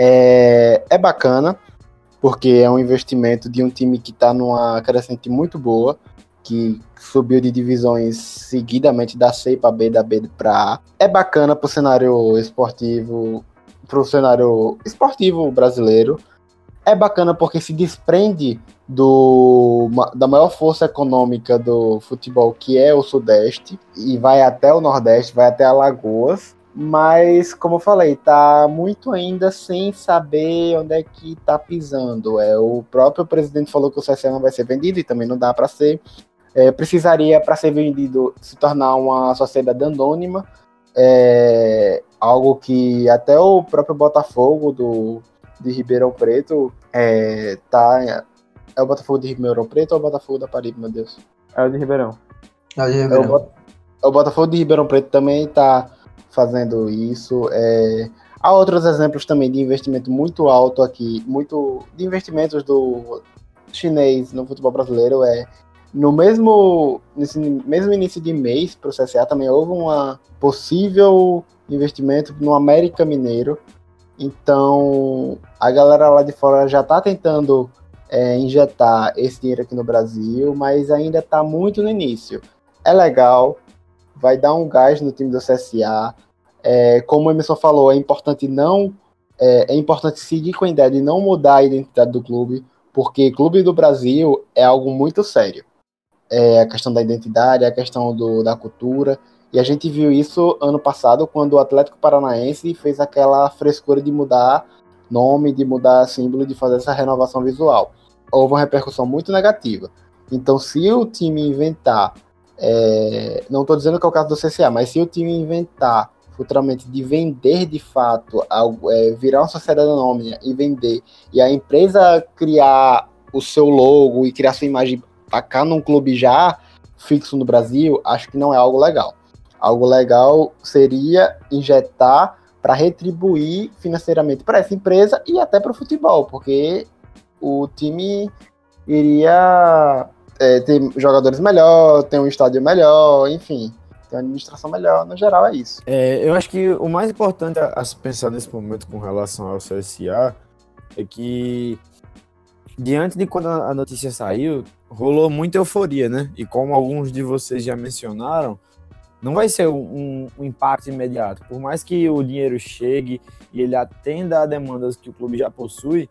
É bacana, porque é um investimento de um time que está numa crescente muito boa, que subiu de divisões seguidamente da C para B, da B para A. É bacana para o cenário esportivo brasileiro. É bacana porque se desprende da maior força econômica do futebol, que é o Sudeste, e vai até o Nordeste, vai até Alagoas. Mas, como eu falei, tá muito ainda sem saber onde é que tá pisando. O próprio presidente falou que o CSA não vai ser vendido e também não dá para ser. Precisaria, para ser vendido, se tornar uma sociedade anônima, algo que até o próprio Botafogo de Ribeirão Preto tá. É o Botafogo de Ribeirão Preto ou o Botafogo da Paraíba, meu Deus? É o de Ribeirão. O Botafogo de Ribeirão Preto também tá fazendo isso. Há outros exemplos também de investimento muito alto aqui, de investimentos do chinês no futebol brasileiro. Nesse mesmo início de mês, para o CSA também houve um possível investimento no América Mineiro. Então, a galera lá de fora já está tentando injetar esse dinheiro aqui no Brasil, mas ainda está muito no início. É legal, vai dar um gás no time do CSA. Como o Emerson falou, é importante seguir com a ideia de não mudar a identidade do clube, porque clube do Brasil é algo muito sério. A questão da identidade, a questão da cultura. E a gente viu isso ano passado, quando o Atlético Paranaense fez aquela frescura de mudar nome, de mudar símbolo, de fazer essa renovação visual. Houve uma repercussão muito negativa. Então, se o time inventar, não estou dizendo que é o caso do CSA, mas se o time inventar futuramente de vender de fato, virar uma sociedade anônima e vender, e a empresa criar o seu logo e criar sua imagem, tacar num clube já fixo no Brasil, acho que não é algo legal. Algo legal seria injetar para retribuir financeiramente para essa empresa e até para o futebol, porque o time iria ter jogadores melhor, ter um estádio melhor, enfim, ter uma administração melhor. No geral, é isso. Eu acho que o mais importante a se pensar nesse momento com relação ao CSA é que, diante de quando a notícia saiu, rolou muita euforia, né? E como alguns de vocês já mencionaram, não vai ser um impacto imediato. Por mais que o dinheiro chegue e ele atenda a demandas que o clube já possui,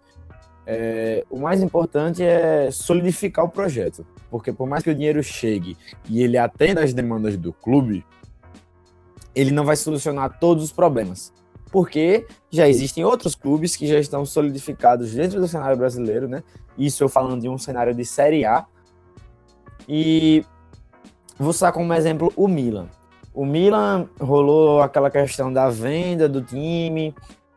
o mais importante é solidificar o projeto. Porque por mais que o dinheiro chegue e ele atenda às demandas do clube, ele não vai solucionar todos os problemas. Porque já existem outros clubes que já estão solidificados dentro do cenário brasileiro, né? Isso eu falando de um cenário de Série A. E vou usar como exemplo o Milan. O Milan rolou aquela questão da venda do time,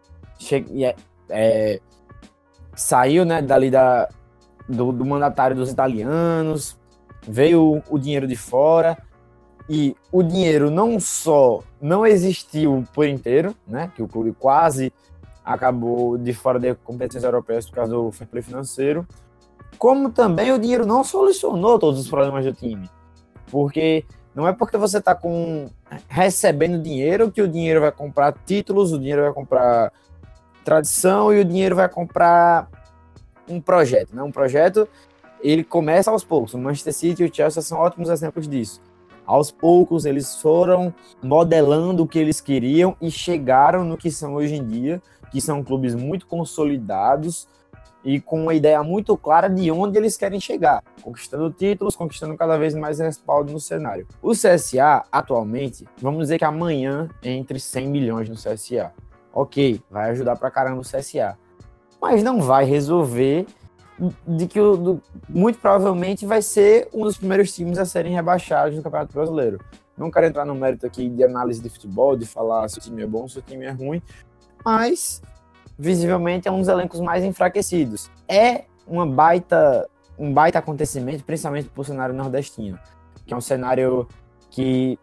saiu, né, dali do mandatário dos italianos, veio o dinheiro de fora, e o dinheiro não só não existiu por inteiro, né, que o clube quase acabou de fora das competições europeias por causa do fair play financeiro, como também o dinheiro não solucionou todos os problemas do time. Porque não é porque você está recebendo dinheiro que o dinheiro vai comprar títulos, o dinheiro vai comprar tradição e o dinheiro vai comprar um projeto, né? Um projeto, ele começa aos poucos. O Manchester City e o Chelsea são ótimos exemplos disso. Aos poucos, eles foram modelando o que eles queriam e chegaram no que são hoje em dia, que são clubes muito consolidados e com uma ideia muito clara de onde eles querem chegar, conquistando títulos, conquistando cada vez mais respaldo no cenário. O CSA, atualmente, vamos dizer que amanhã entre 100 milhões no CSA. Ok, vai ajudar pra caramba o CSA. Mas não vai resolver de que muito provavelmente vai ser um dos primeiros times a serem rebaixados no Campeonato Brasileiro. Não quero entrar no mérito aqui de análise de futebol, de falar se o time é bom, se o time é ruim, mas visivelmente é um dos elencos mais enfraquecidos. É um baita acontecimento, principalmente para o cenário nordestino, que é um cenário que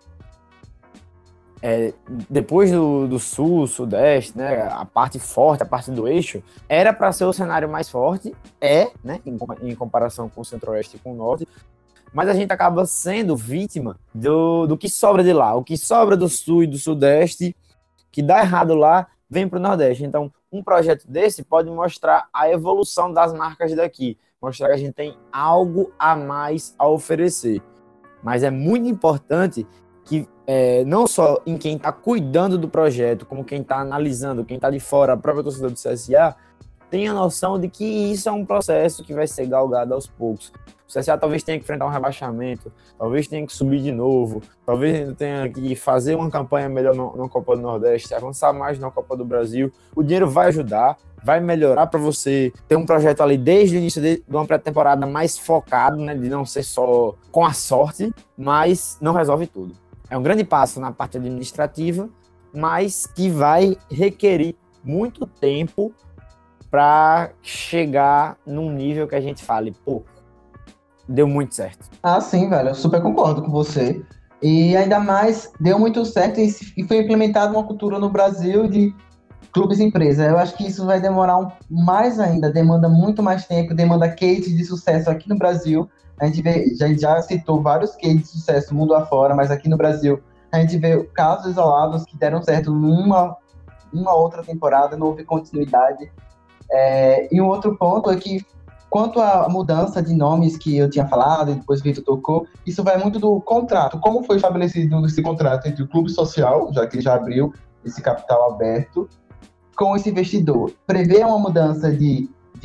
depois do sul, sudeste, né, a parte forte, a parte do eixo, era para ser o cenário mais forte, né, em comparação com o centro-oeste e com o norte, mas a gente acaba sendo vítima do que sobra de lá. O que sobra do sul e do sudeste, que dá errado lá, vem para o nordeste. Então, um projeto desse pode mostrar a evolução das marcas daqui, mostrar que a gente tem algo a mais a oferecer. Mas é muito importante que não só em quem está cuidando do projeto, como quem está analisando, quem está de fora, a própria torcida do CSA, tenha noção de que isso é um processo que vai ser galgado aos poucos. O CSA talvez tenha que enfrentar um rebaixamento, talvez tenha que subir de novo, talvez tenha que fazer uma campanha melhor na Copa do Nordeste, avançar mais na Copa do Brasil. O dinheiro vai ajudar, vai melhorar para você ter um projeto ali desde o início de uma pré-temporada mais focado, né, de não ser só com a sorte, mas não resolve tudo. É um grande passo na parte administrativa, mas que vai requerer muito tempo para chegar num nível que a gente fale, pô, deu muito certo. Ah, sim, velho, eu super concordo com você. E ainda mais, deu muito certo e foi implementada uma cultura no Brasil de clubes e empresas. Eu acho que isso vai demorar mais ainda, demanda muito mais tempo, demanda cases de sucesso aqui no Brasil. A gente já citou vários cases de sucesso mundo afora, mas aqui no Brasil a gente vê casos isolados que deram certo numa outra temporada, não houve continuidade. E um outro ponto é que, quanto à mudança de nomes que eu tinha falado, e depois o Vitor tocou, isso vai muito do contrato. Como foi estabelecido esse contrato entre o clube social, já que ele já abriu esse capital aberto, com esse investidor? Prevê uma mudança de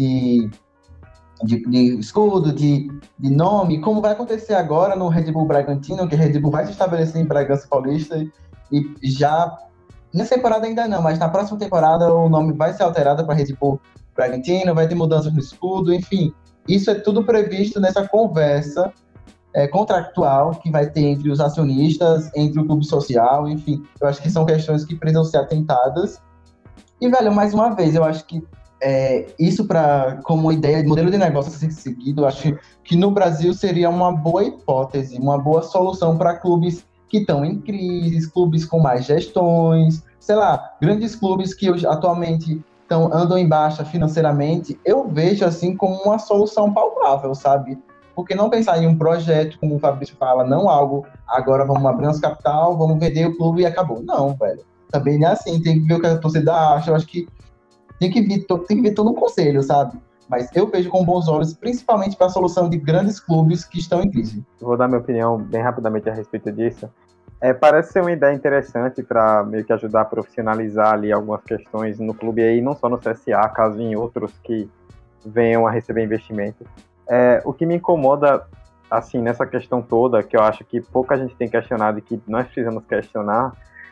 escudo, de nome, como vai acontecer agora no Red Bull Bragantino, que a Red Bull vai se estabelecer em Bragança Paulista, e já, nessa temporada ainda não, mas na próxima temporada o nome vai ser alterado para Red Bull Bragantino, vai ter mudanças no escudo, enfim. Isso é tudo previsto nessa conversa contractual que vai ter entre os acionistas, entre o clube social, enfim. Eu acho que são questões que precisam ser atentadas. E, velho, mais uma vez, eu acho que isso como ideia de modelo de negócio a ser seguido, eu acho que no Brasil seria uma boa hipótese, uma boa solução para clubes que estão em crise, clubes com mais gestões, sei lá, grandes clubes que atualmente andam em baixa financeiramente. Eu vejo assim como uma solução palpável, sabe? Porque não pensar em um projeto, como o Fabrício fala, não algo, agora vamos abrir nosso capital, vamos vender o clube e acabou. Não, velho. Também não é assim, tem que ver o que a torcida acha. Eu acho que tem que ver todo um conselho, sabe? Mas eu vejo com bons olhos, principalmente para a solução de grandes clubes que estão em crise. Vou dar minha opinião bem rapidamente a respeito disso. Parece ser uma ideia interessante para meio que ajudar a profissionalizar ali algumas questões no clube aí, não só no CSA, caso em outros que venham a receber investimento. O que me incomoda, assim, nessa questão toda, que eu acho que pouca gente tem questionado e que nós precisamos questionar,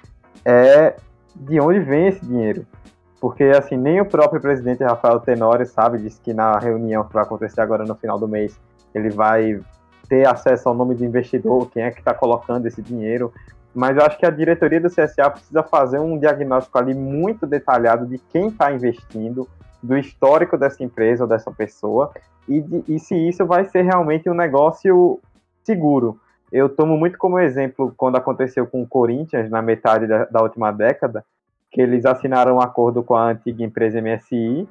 é de onde vem esse dinheiro. Porque, assim, nem o próprio presidente Rafael Tenório sabe, disse que na reunião que vai acontecer agora no final do mês, ele vai ter acesso ao nome do investidor, quem é que está colocando esse dinheiro. Mas eu acho que a diretoria do CSA precisa fazer um diagnóstico ali muito detalhado de quem está investindo, do histórico dessa empresa ou dessa pessoa, e se isso vai ser realmente um negócio seguro. Eu tomo muito como exemplo quando aconteceu com o Corinthians, na metade da última década, que eles assinaram um acordo com a antiga empresa MSI,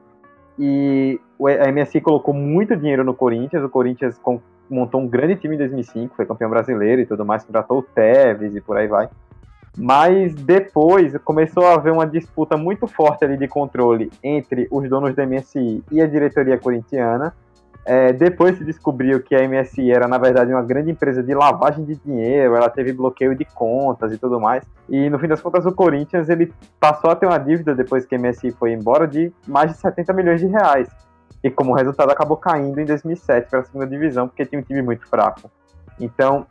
e a MSI colocou muito dinheiro no Corinthians. O Corinthians montou um grande time em 2005, foi campeão brasileiro e tudo mais, contratou o Tevez e por aí vai. Mas depois começou a haver uma disputa muito forte ali de controle entre os donos da MSI e a diretoria corintiana. Depois se descobriu que a MSI era, na verdade, uma grande empresa de lavagem de dinheiro, ela teve bloqueio de contas e tudo mais. E, no fim das contas, o Corinthians ele passou a ter uma dívida, depois que a MSI foi embora, de mais de 70 milhões de reais. E, como resultado, acabou caindo em 2007 para a segunda divisão, porque tinha um time muito fraco. Então,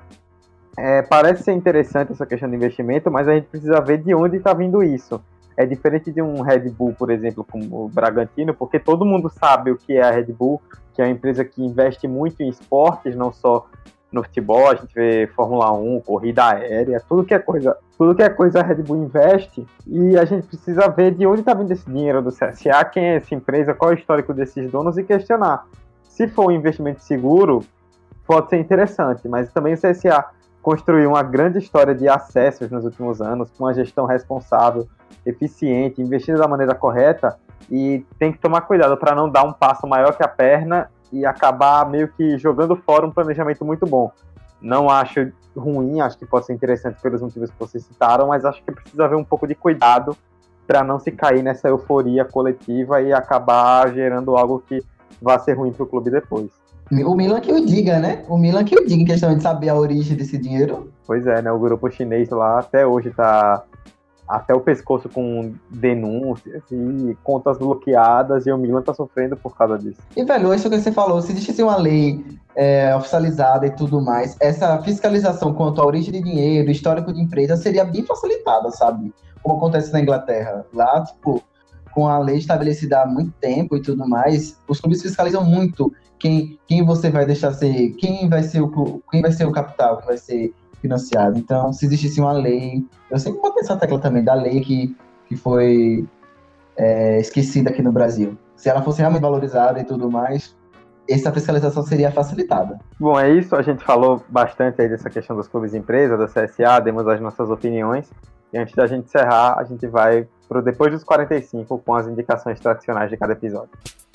parece ser interessante essa questão de investimento, mas a gente precisa ver de onde está vindo isso. É diferente de um Red Bull, por exemplo, como o Bragantino, porque todo mundo sabe o que é a Red Bull, que é uma empresa que investe muito em esportes, não só no futebol. A gente vê Fórmula 1, corrida aérea, tudo que é coisa a Red Bull investe, e a gente precisa ver de onde está vindo esse dinheiro do CSA, quem é essa empresa, qual é o histórico desses donos e questionar. Se for um investimento seguro, pode ser interessante, mas também o CSA construiu uma grande história de acessos nos últimos anos, com uma gestão responsável, eficiente, investindo da maneira correta, e tem que tomar cuidado para não dar um passo maior que a perna e acabar meio que jogando fora um planejamento muito bom. Não acho ruim, acho que pode ser interessante pelos motivos que vocês citaram, mas acho que precisa haver um pouco de cuidado para não se cair nessa euforia coletiva e acabar gerando algo que vá ser ruim para o clube depois. O Milan que o diga, né? O Milan que o diga em questão de saber a origem desse dinheiro. Pois é, né? O grupo chinês lá até hoje tá até o pescoço com denúncias e contas bloqueadas, e o Milan tá sofrendo por causa disso. E, velho, isso que você falou, se existisse uma lei oficializada e tudo mais, essa fiscalização quanto à origem de dinheiro, histórico de empresa, seria bem facilitada, sabe? Como acontece na Inglaterra. Lá, tipo, com a lei estabelecida há muito tempo e tudo mais, os clubes fiscalizam muito quem você vai deixar ser, quem vai ser o capital que vai ser financiado. Então, se existisse uma lei, eu sempre vou ter essa tecla também da lei que foi esquecida aqui no Brasil. Se ela fosse realmente valorizada e tudo mais, essa fiscalização seria facilitada. Bom, é isso. A gente falou bastante aí dessa questão dos clubes empresa, da CSA, demos as nossas opiniões. E antes da gente encerrar, a gente vai pro depois dos 45 com as indicações tradicionais de cada episódio.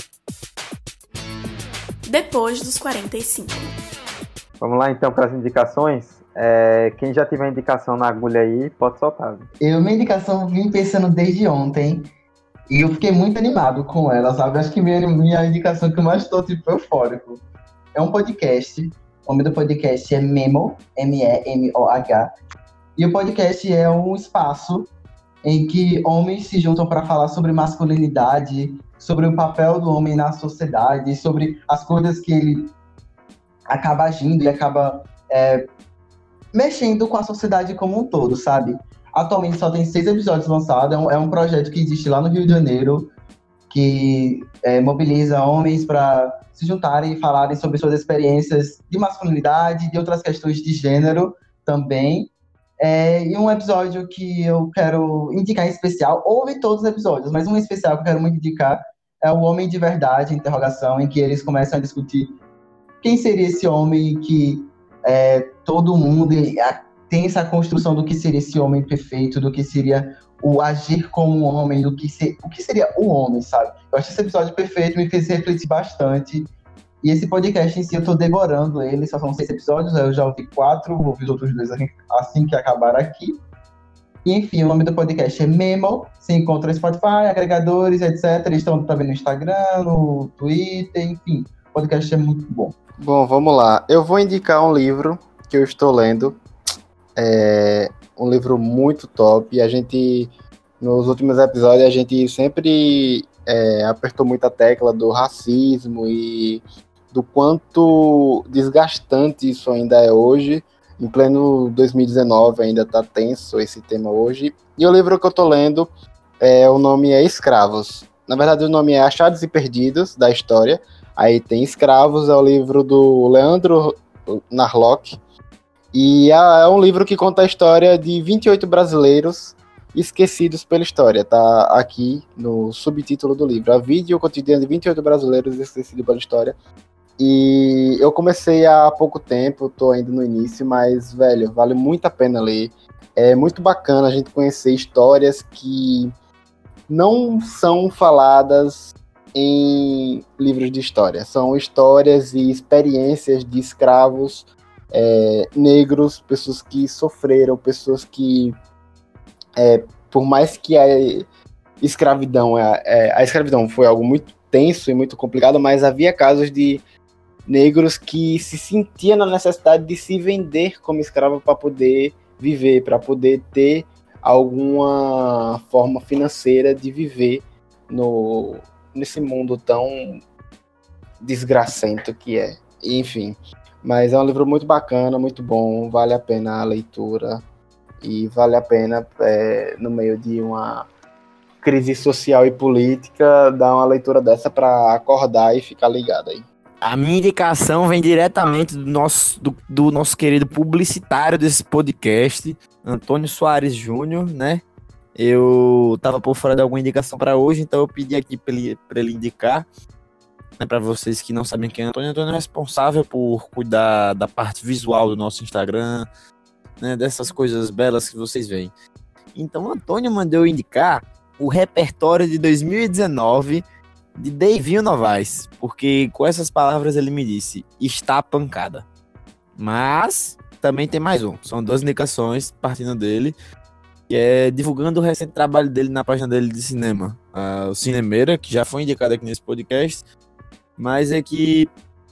Depois dos 45. Vamos lá então para as indicações. Quem já tiver indicação na agulha aí, pode soltar. Minha indicação vim pensando desde ontem e eu fiquei muito animado com ela, sabe? Acho que minha indicação que eu mais estou tipo eufórico. É um podcast. O nome do podcast é Memo, M-E-M-O-H. E o podcast é um espaço em que homens se juntam para falar sobre masculinidade, sobre o papel do homem na sociedade, sobre as coisas que ele acaba agindo e acaba mexendo com a sociedade como um todo, sabe? Atualmente só tem 6 episódios lançados, é um projeto que existe lá no Rio de Janeiro, que mobiliza homens para se juntarem e falarem sobre suas experiências de masculinidade e de outras questões de gênero também. E um episódio que eu quero indicar em especial, ouve todos os episódios, mas um especial que eu quero muito indicar é o Homem de Verdade, interrogação, em que eles começam a discutir quem seria esse homem que todo mundo tem essa construção do que seria esse homem perfeito, do que seria o agir como um homem, o que seria o homem, sabe? Eu acho esse episódio perfeito, me fez refletir bastante. E esse podcast em si, eu tô devorando ele, só são 6 episódios, eu já ouvi 4, vou ouvir os outros 2 assim que acabar aqui. E, enfim, o nome do podcast é Memo, se encontra no Spotify, agregadores, etc. Eles estão também no Instagram, no Twitter, enfim. O podcast é muito bom. Bom, vamos lá. Eu vou indicar um livro que eu estou lendo. É um livro muito top. Nos últimos episódios, a gente sempre apertou muita tecla do racismo e do quanto desgastante isso ainda é hoje. Em pleno 2019 ainda tá tenso esse tema hoje. E o livro que eu tô lendo, o nome é Escravos. Na verdade, o nome é Achados e Perdidos, da história. Aí tem Escravos, é o livro do Leandro Narlock. E é um livro que conta a história de 28 brasileiros esquecidos pela história. Tá aqui no subtítulo do livro. A vida e o cotidiano de 28 brasileiros esquecidos pela história. E eu comecei há pouco tempo, tô ainda no início, mas, velho, vale muito a pena ler. É muito bacana a gente conhecer histórias que não são faladas em livros de história. São histórias e experiências de escravos negros, pessoas que sofreram, pessoas que, por mais que a escravidão foi algo muito tenso e muito complicado, mas havia casos de negros que se sentiam na necessidade de se vender como escravo para poder viver, para poder ter alguma forma financeira de viver nesse mundo tão desgracento que é. Enfim, mas é um livro muito bacana, muito bom, vale a pena a leitura e vale a pena, no meio de uma crise social e política, dar uma leitura dessa para acordar e ficar ligado aí. A minha indicação vem diretamente do nosso querido publicitário desse podcast, Antônio Soares Júnior, né? Eu tava por fora de alguma indicação para hoje, então eu pedi aqui para ele indicar, né, para vocês que não sabem quem é Antônio. Antônio é responsável por cuidar da parte visual do nosso Instagram, né, dessas coisas belas que vocês veem. Então, Antônio mandou eu indicar o repertório de 2019 de Deivinho Novaes, porque com essas palavras ele me disse, está pancada. Mas também tem mais um, são 2 indicações partindo dele, que é divulgando o recente trabalho dele na página dele de cinema, o Cinemeira, que já foi indicado aqui nesse podcast, mas é que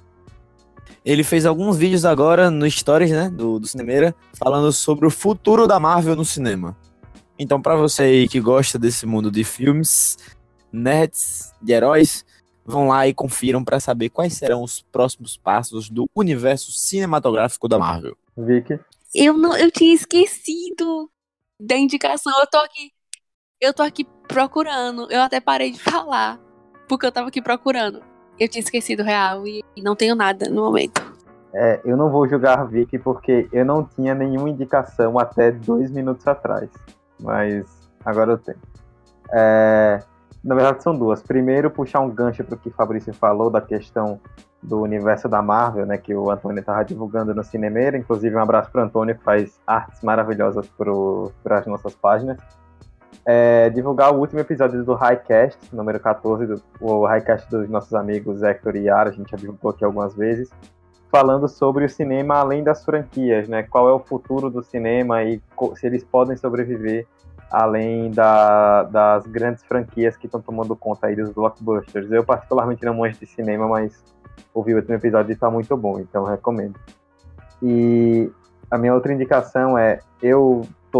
ele fez alguns vídeos agora no Stories, né, do Cinemeira, falando sobre o futuro da Marvel no cinema. Então, para você aí que gosta desse mundo de filmes, nerds, de heróis, vão lá e confiram para saber quais serão os próximos passos do universo cinematográfico da Marvel. Vicky? Eu tinha esquecido da indicação. Eu tô aqui procurando. Eu até parei de falar, porque eu tava aqui procurando. Eu tinha esquecido real e não tenho nada no momento. Eu não vou julgar a Vicky porque eu não tinha nenhuma indicação até 2 minutos atrás. Mas agora eu tenho. Na verdade são 2. Primeiro, puxar um gancho para o que o Fabrício falou da questão do universo da Marvel, né, que o Antônio estava divulgando no Cinemeira. Inclusive, um abraço para o Antônio, que faz artes maravilhosas para as nossas páginas. Divulgar o último episódio do Highcast, número 14, o Highcast dos nossos amigos Hector e Yara, a gente já divulgou aqui algumas vezes, falando sobre o cinema além das franquias, né? Qual é o futuro do cinema e se eles podem sobreviver além das grandes franquias que estão tomando conta aí dos blockbusters. Eu particularmente não manjo de cinema, mas ouvi o último episódio e está muito bom, então recomendo. E a minha outra indicação eu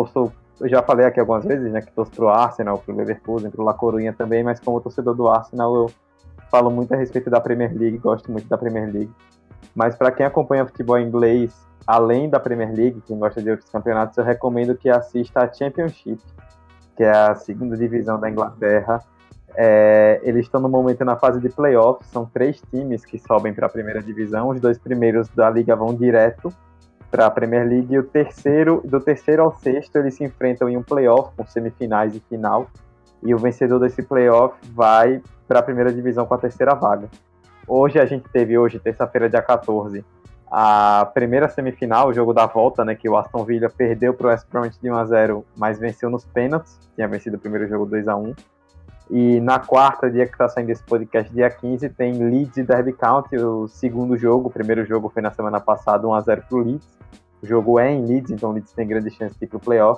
já falei aqui algumas vezes, né, que torço pro Arsenal, pro Leverkusen, pro La Coruña também, mas como torcedor do Arsenal eu falo muito a respeito da Premier League, gosto muito da Premier League. Mas para quem acompanha futebol inglês, além da Premier League, quem gosta de outros campeonatos, eu recomendo que assista a Championship, que é a segunda divisão da Inglaterra. Eles estão no momento na fase de playoffs, são 3 times que sobem para a primeira divisão, os 2 primeiros da liga vão direto para a Premier League, e do terceiro ao sexto eles se enfrentam em um playoff com semifinais e final, e o vencedor desse playoff vai para a primeira divisão com a terceira vaga. Hoje a gente teve, terça-feira, dia 14, a primeira semifinal, o jogo da volta, né, que o Aston Villa perdeu para o West Bromwich de 1-0, mas venceu nos pênaltis, tinha vencido o primeiro jogo 2-1. E na quarta, dia que está saindo esse podcast, dia 15, tem Leeds e Derby County, o segundo jogo. O primeiro jogo foi na semana passada, 1-0 para o Leeds. O jogo é em Leeds, então o Leeds tem grande chance de ir para o playoff.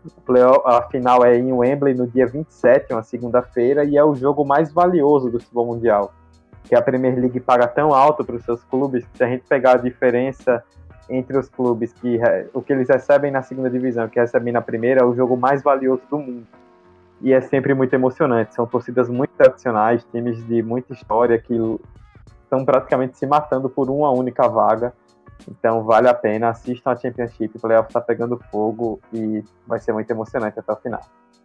A final é em Wembley no dia 27, uma segunda-feira, e é o jogo mais valioso do futebol mundial, que a Premier League paga tão alto para os seus clubes, que se a gente pegar a diferença entre os clubes, o que eles recebem na segunda divisão e o que recebem na primeira, é o jogo mais valioso do mundo. E é sempre muito emocionante, são torcidas muito tradicionais, times de muita história que estão praticamente se matando por uma única vaga. Então vale a pena, assistam a Championship, o playoff está pegando fogo e vai ser muito emocionante até o final.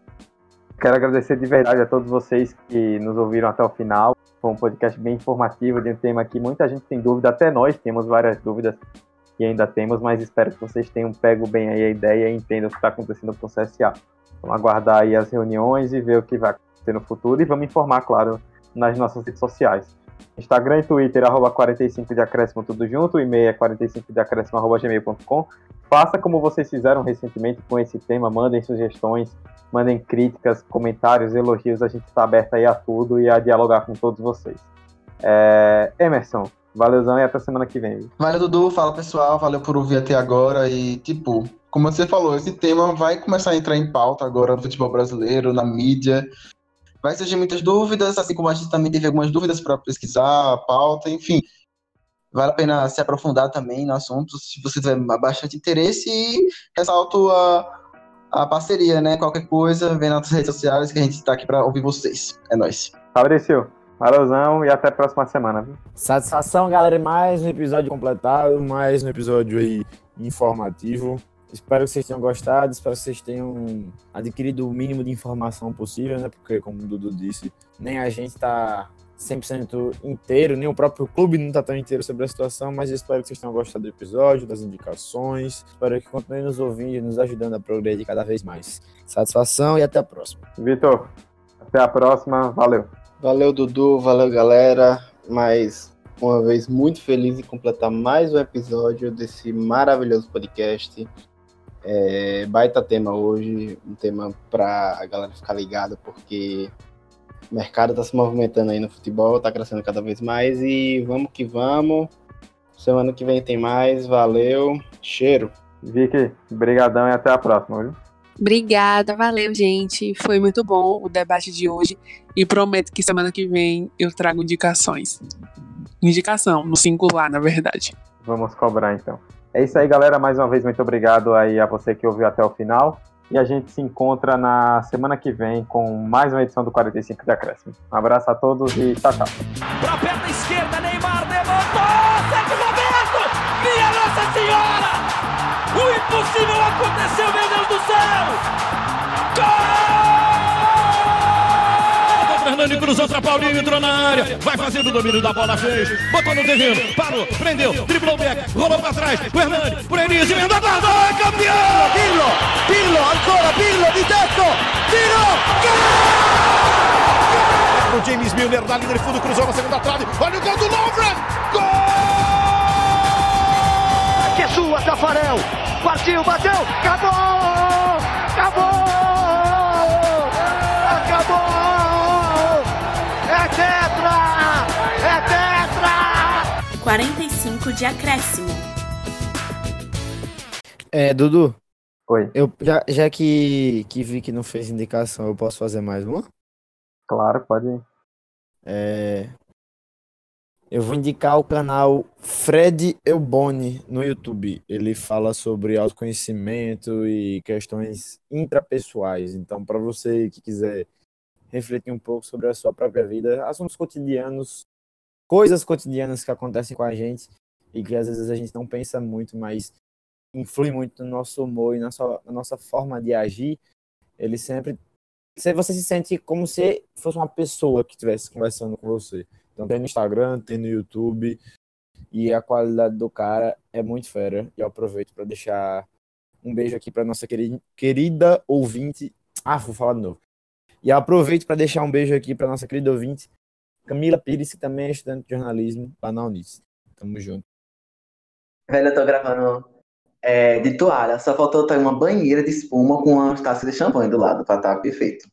Quero agradecer de verdade a todos vocês que nos ouviram até o final. Foi um podcast bem informativo, de um tema que muita gente tem dúvida, até nós temos várias dúvidas que ainda temos, mas espero que vocês tenham pego bem aí a ideia e entendam o que está acontecendo com o CSA. Vamos aguardar aí as reuniões e ver o que vai acontecer no futuro e vamos informar, claro, nas nossas redes sociais. Instagram e Twitter, @45 de acréscimo, tudo junto, o e-mail é 45deacréscimo@gmail.com. Faça como vocês fizeram recentemente com esse tema, mandem sugestões, mandem críticas, comentários, elogios, a gente está aberto aí a tudo e a dialogar com todos vocês. Emerson, valeuzão e até semana que vem. Valeu, Dudu, fala pessoal, valeu por ouvir até agora e como você falou, esse tema vai começar a entrar em pauta agora no futebol brasileiro, na mídia. Vai surgir muitas dúvidas, assim como a gente também teve algumas dúvidas para pesquisar a pauta, enfim. Vale a pena se aprofundar também no assunto, se você tiver bastante interesse, e ressalto a parceria, né? Qualquer coisa, vem nas nossas redes sociais que a gente está aqui para ouvir vocês. É nóis. Fabrício, valeuzão e até a próxima semana, viu? Satisfação, galera, mais um episódio completado, mais um episódio aí informativo. Espero que vocês tenham gostado, espero que vocês tenham adquirido o mínimo de informação possível, né? Porque, como o Dudu disse, nem a gente tá 100% inteiro, nem o próprio clube não tá tão inteiro sobre a situação, mas eu espero que vocês tenham gostado do episódio, das indicações. Espero que continuem nos ouvindo e nos ajudando a progredir cada vez mais. Satisfação e até a próxima. Vitor, até a próxima. Valeu. Valeu, Dudu. Valeu, galera. Mais uma vez, muito feliz em completar mais um episódio desse maravilhoso podcast. Baita tema hoje, um tema pra a galera ficar ligada, porque o mercado tá se movimentando aí no futebol, tá crescendo cada vez mais e vamos que vamos. Semana que vem tem mais, valeu, cheiro. Vicky, brigadão e até a próxima, viu? Obrigada, valeu, gente. Foi muito bom o debate de hoje e prometo que semana que vem eu trago indicações. Indicação, no singular, na verdade. Vamos cobrar, então. É isso aí, galera. Mais uma vez, muito obrigado aí a você que ouviu até o final. E a gente se encontra na semana que vem com mais uma edição do 45 de Acréscimo. Um abraço a todos e tchau, tchau. Pra perna esquerda, Neymar levantou! Sérgio Roberto! Minha Nossa Senhora! O impossível aconteceu, meu Deus do céu! Gol! Fernando cruzou pra Paulinho, entrou na área, vai fazendo o domínio da bola, fez, botou no terreno, parou, prendeu, driblou o back, rolou pra trás, o Hernani, por Enis, emendou, guardou, é campeão! Pirlo, ancora Pirlo, di tetto, tiro, gol! pro James Milner na linha de fundo, cruzou na segunda trave. Olha o gol do Lovren! Gol! Que é sua, Tafarel! Partiu, bateu, acabou! Acabou! Acabou! É tetra! É tetra! 45 de acréscimo. Dudu. Oi. Eu, já que vi que não fez indicação, eu posso fazer mais uma? Claro, pode ir. Eu vou indicar o canal Fred Elboni no YouTube. Ele fala sobre autoconhecimento e questões intrapessoais. Então, para você que quiser refletir um pouco sobre a sua própria vida, assuntos cotidianos, coisas cotidianas que acontecem com a gente e que às vezes a gente não pensa muito, mas influi muito no nosso humor e na nossa forma de agir, ele sempre... Você se sente como se fosse uma pessoa que estivesse conversando com você. Então tem no Instagram, tem no YouTube, e a qualidade do cara é muito fera. E eu aproveito para deixar um beijo aqui para nossa querida ouvinte. Vou falar de novo. E eu aproveito para deixar um beijo aqui para nossa querida ouvinte, Camila Pires, que também é estudante de jornalismo lá na Unice. Tamo junto. Velho, eu tô gravando de toalha, só faltou ter uma banheira de espuma com uma taça de champanhe do lado pra estar perfeito.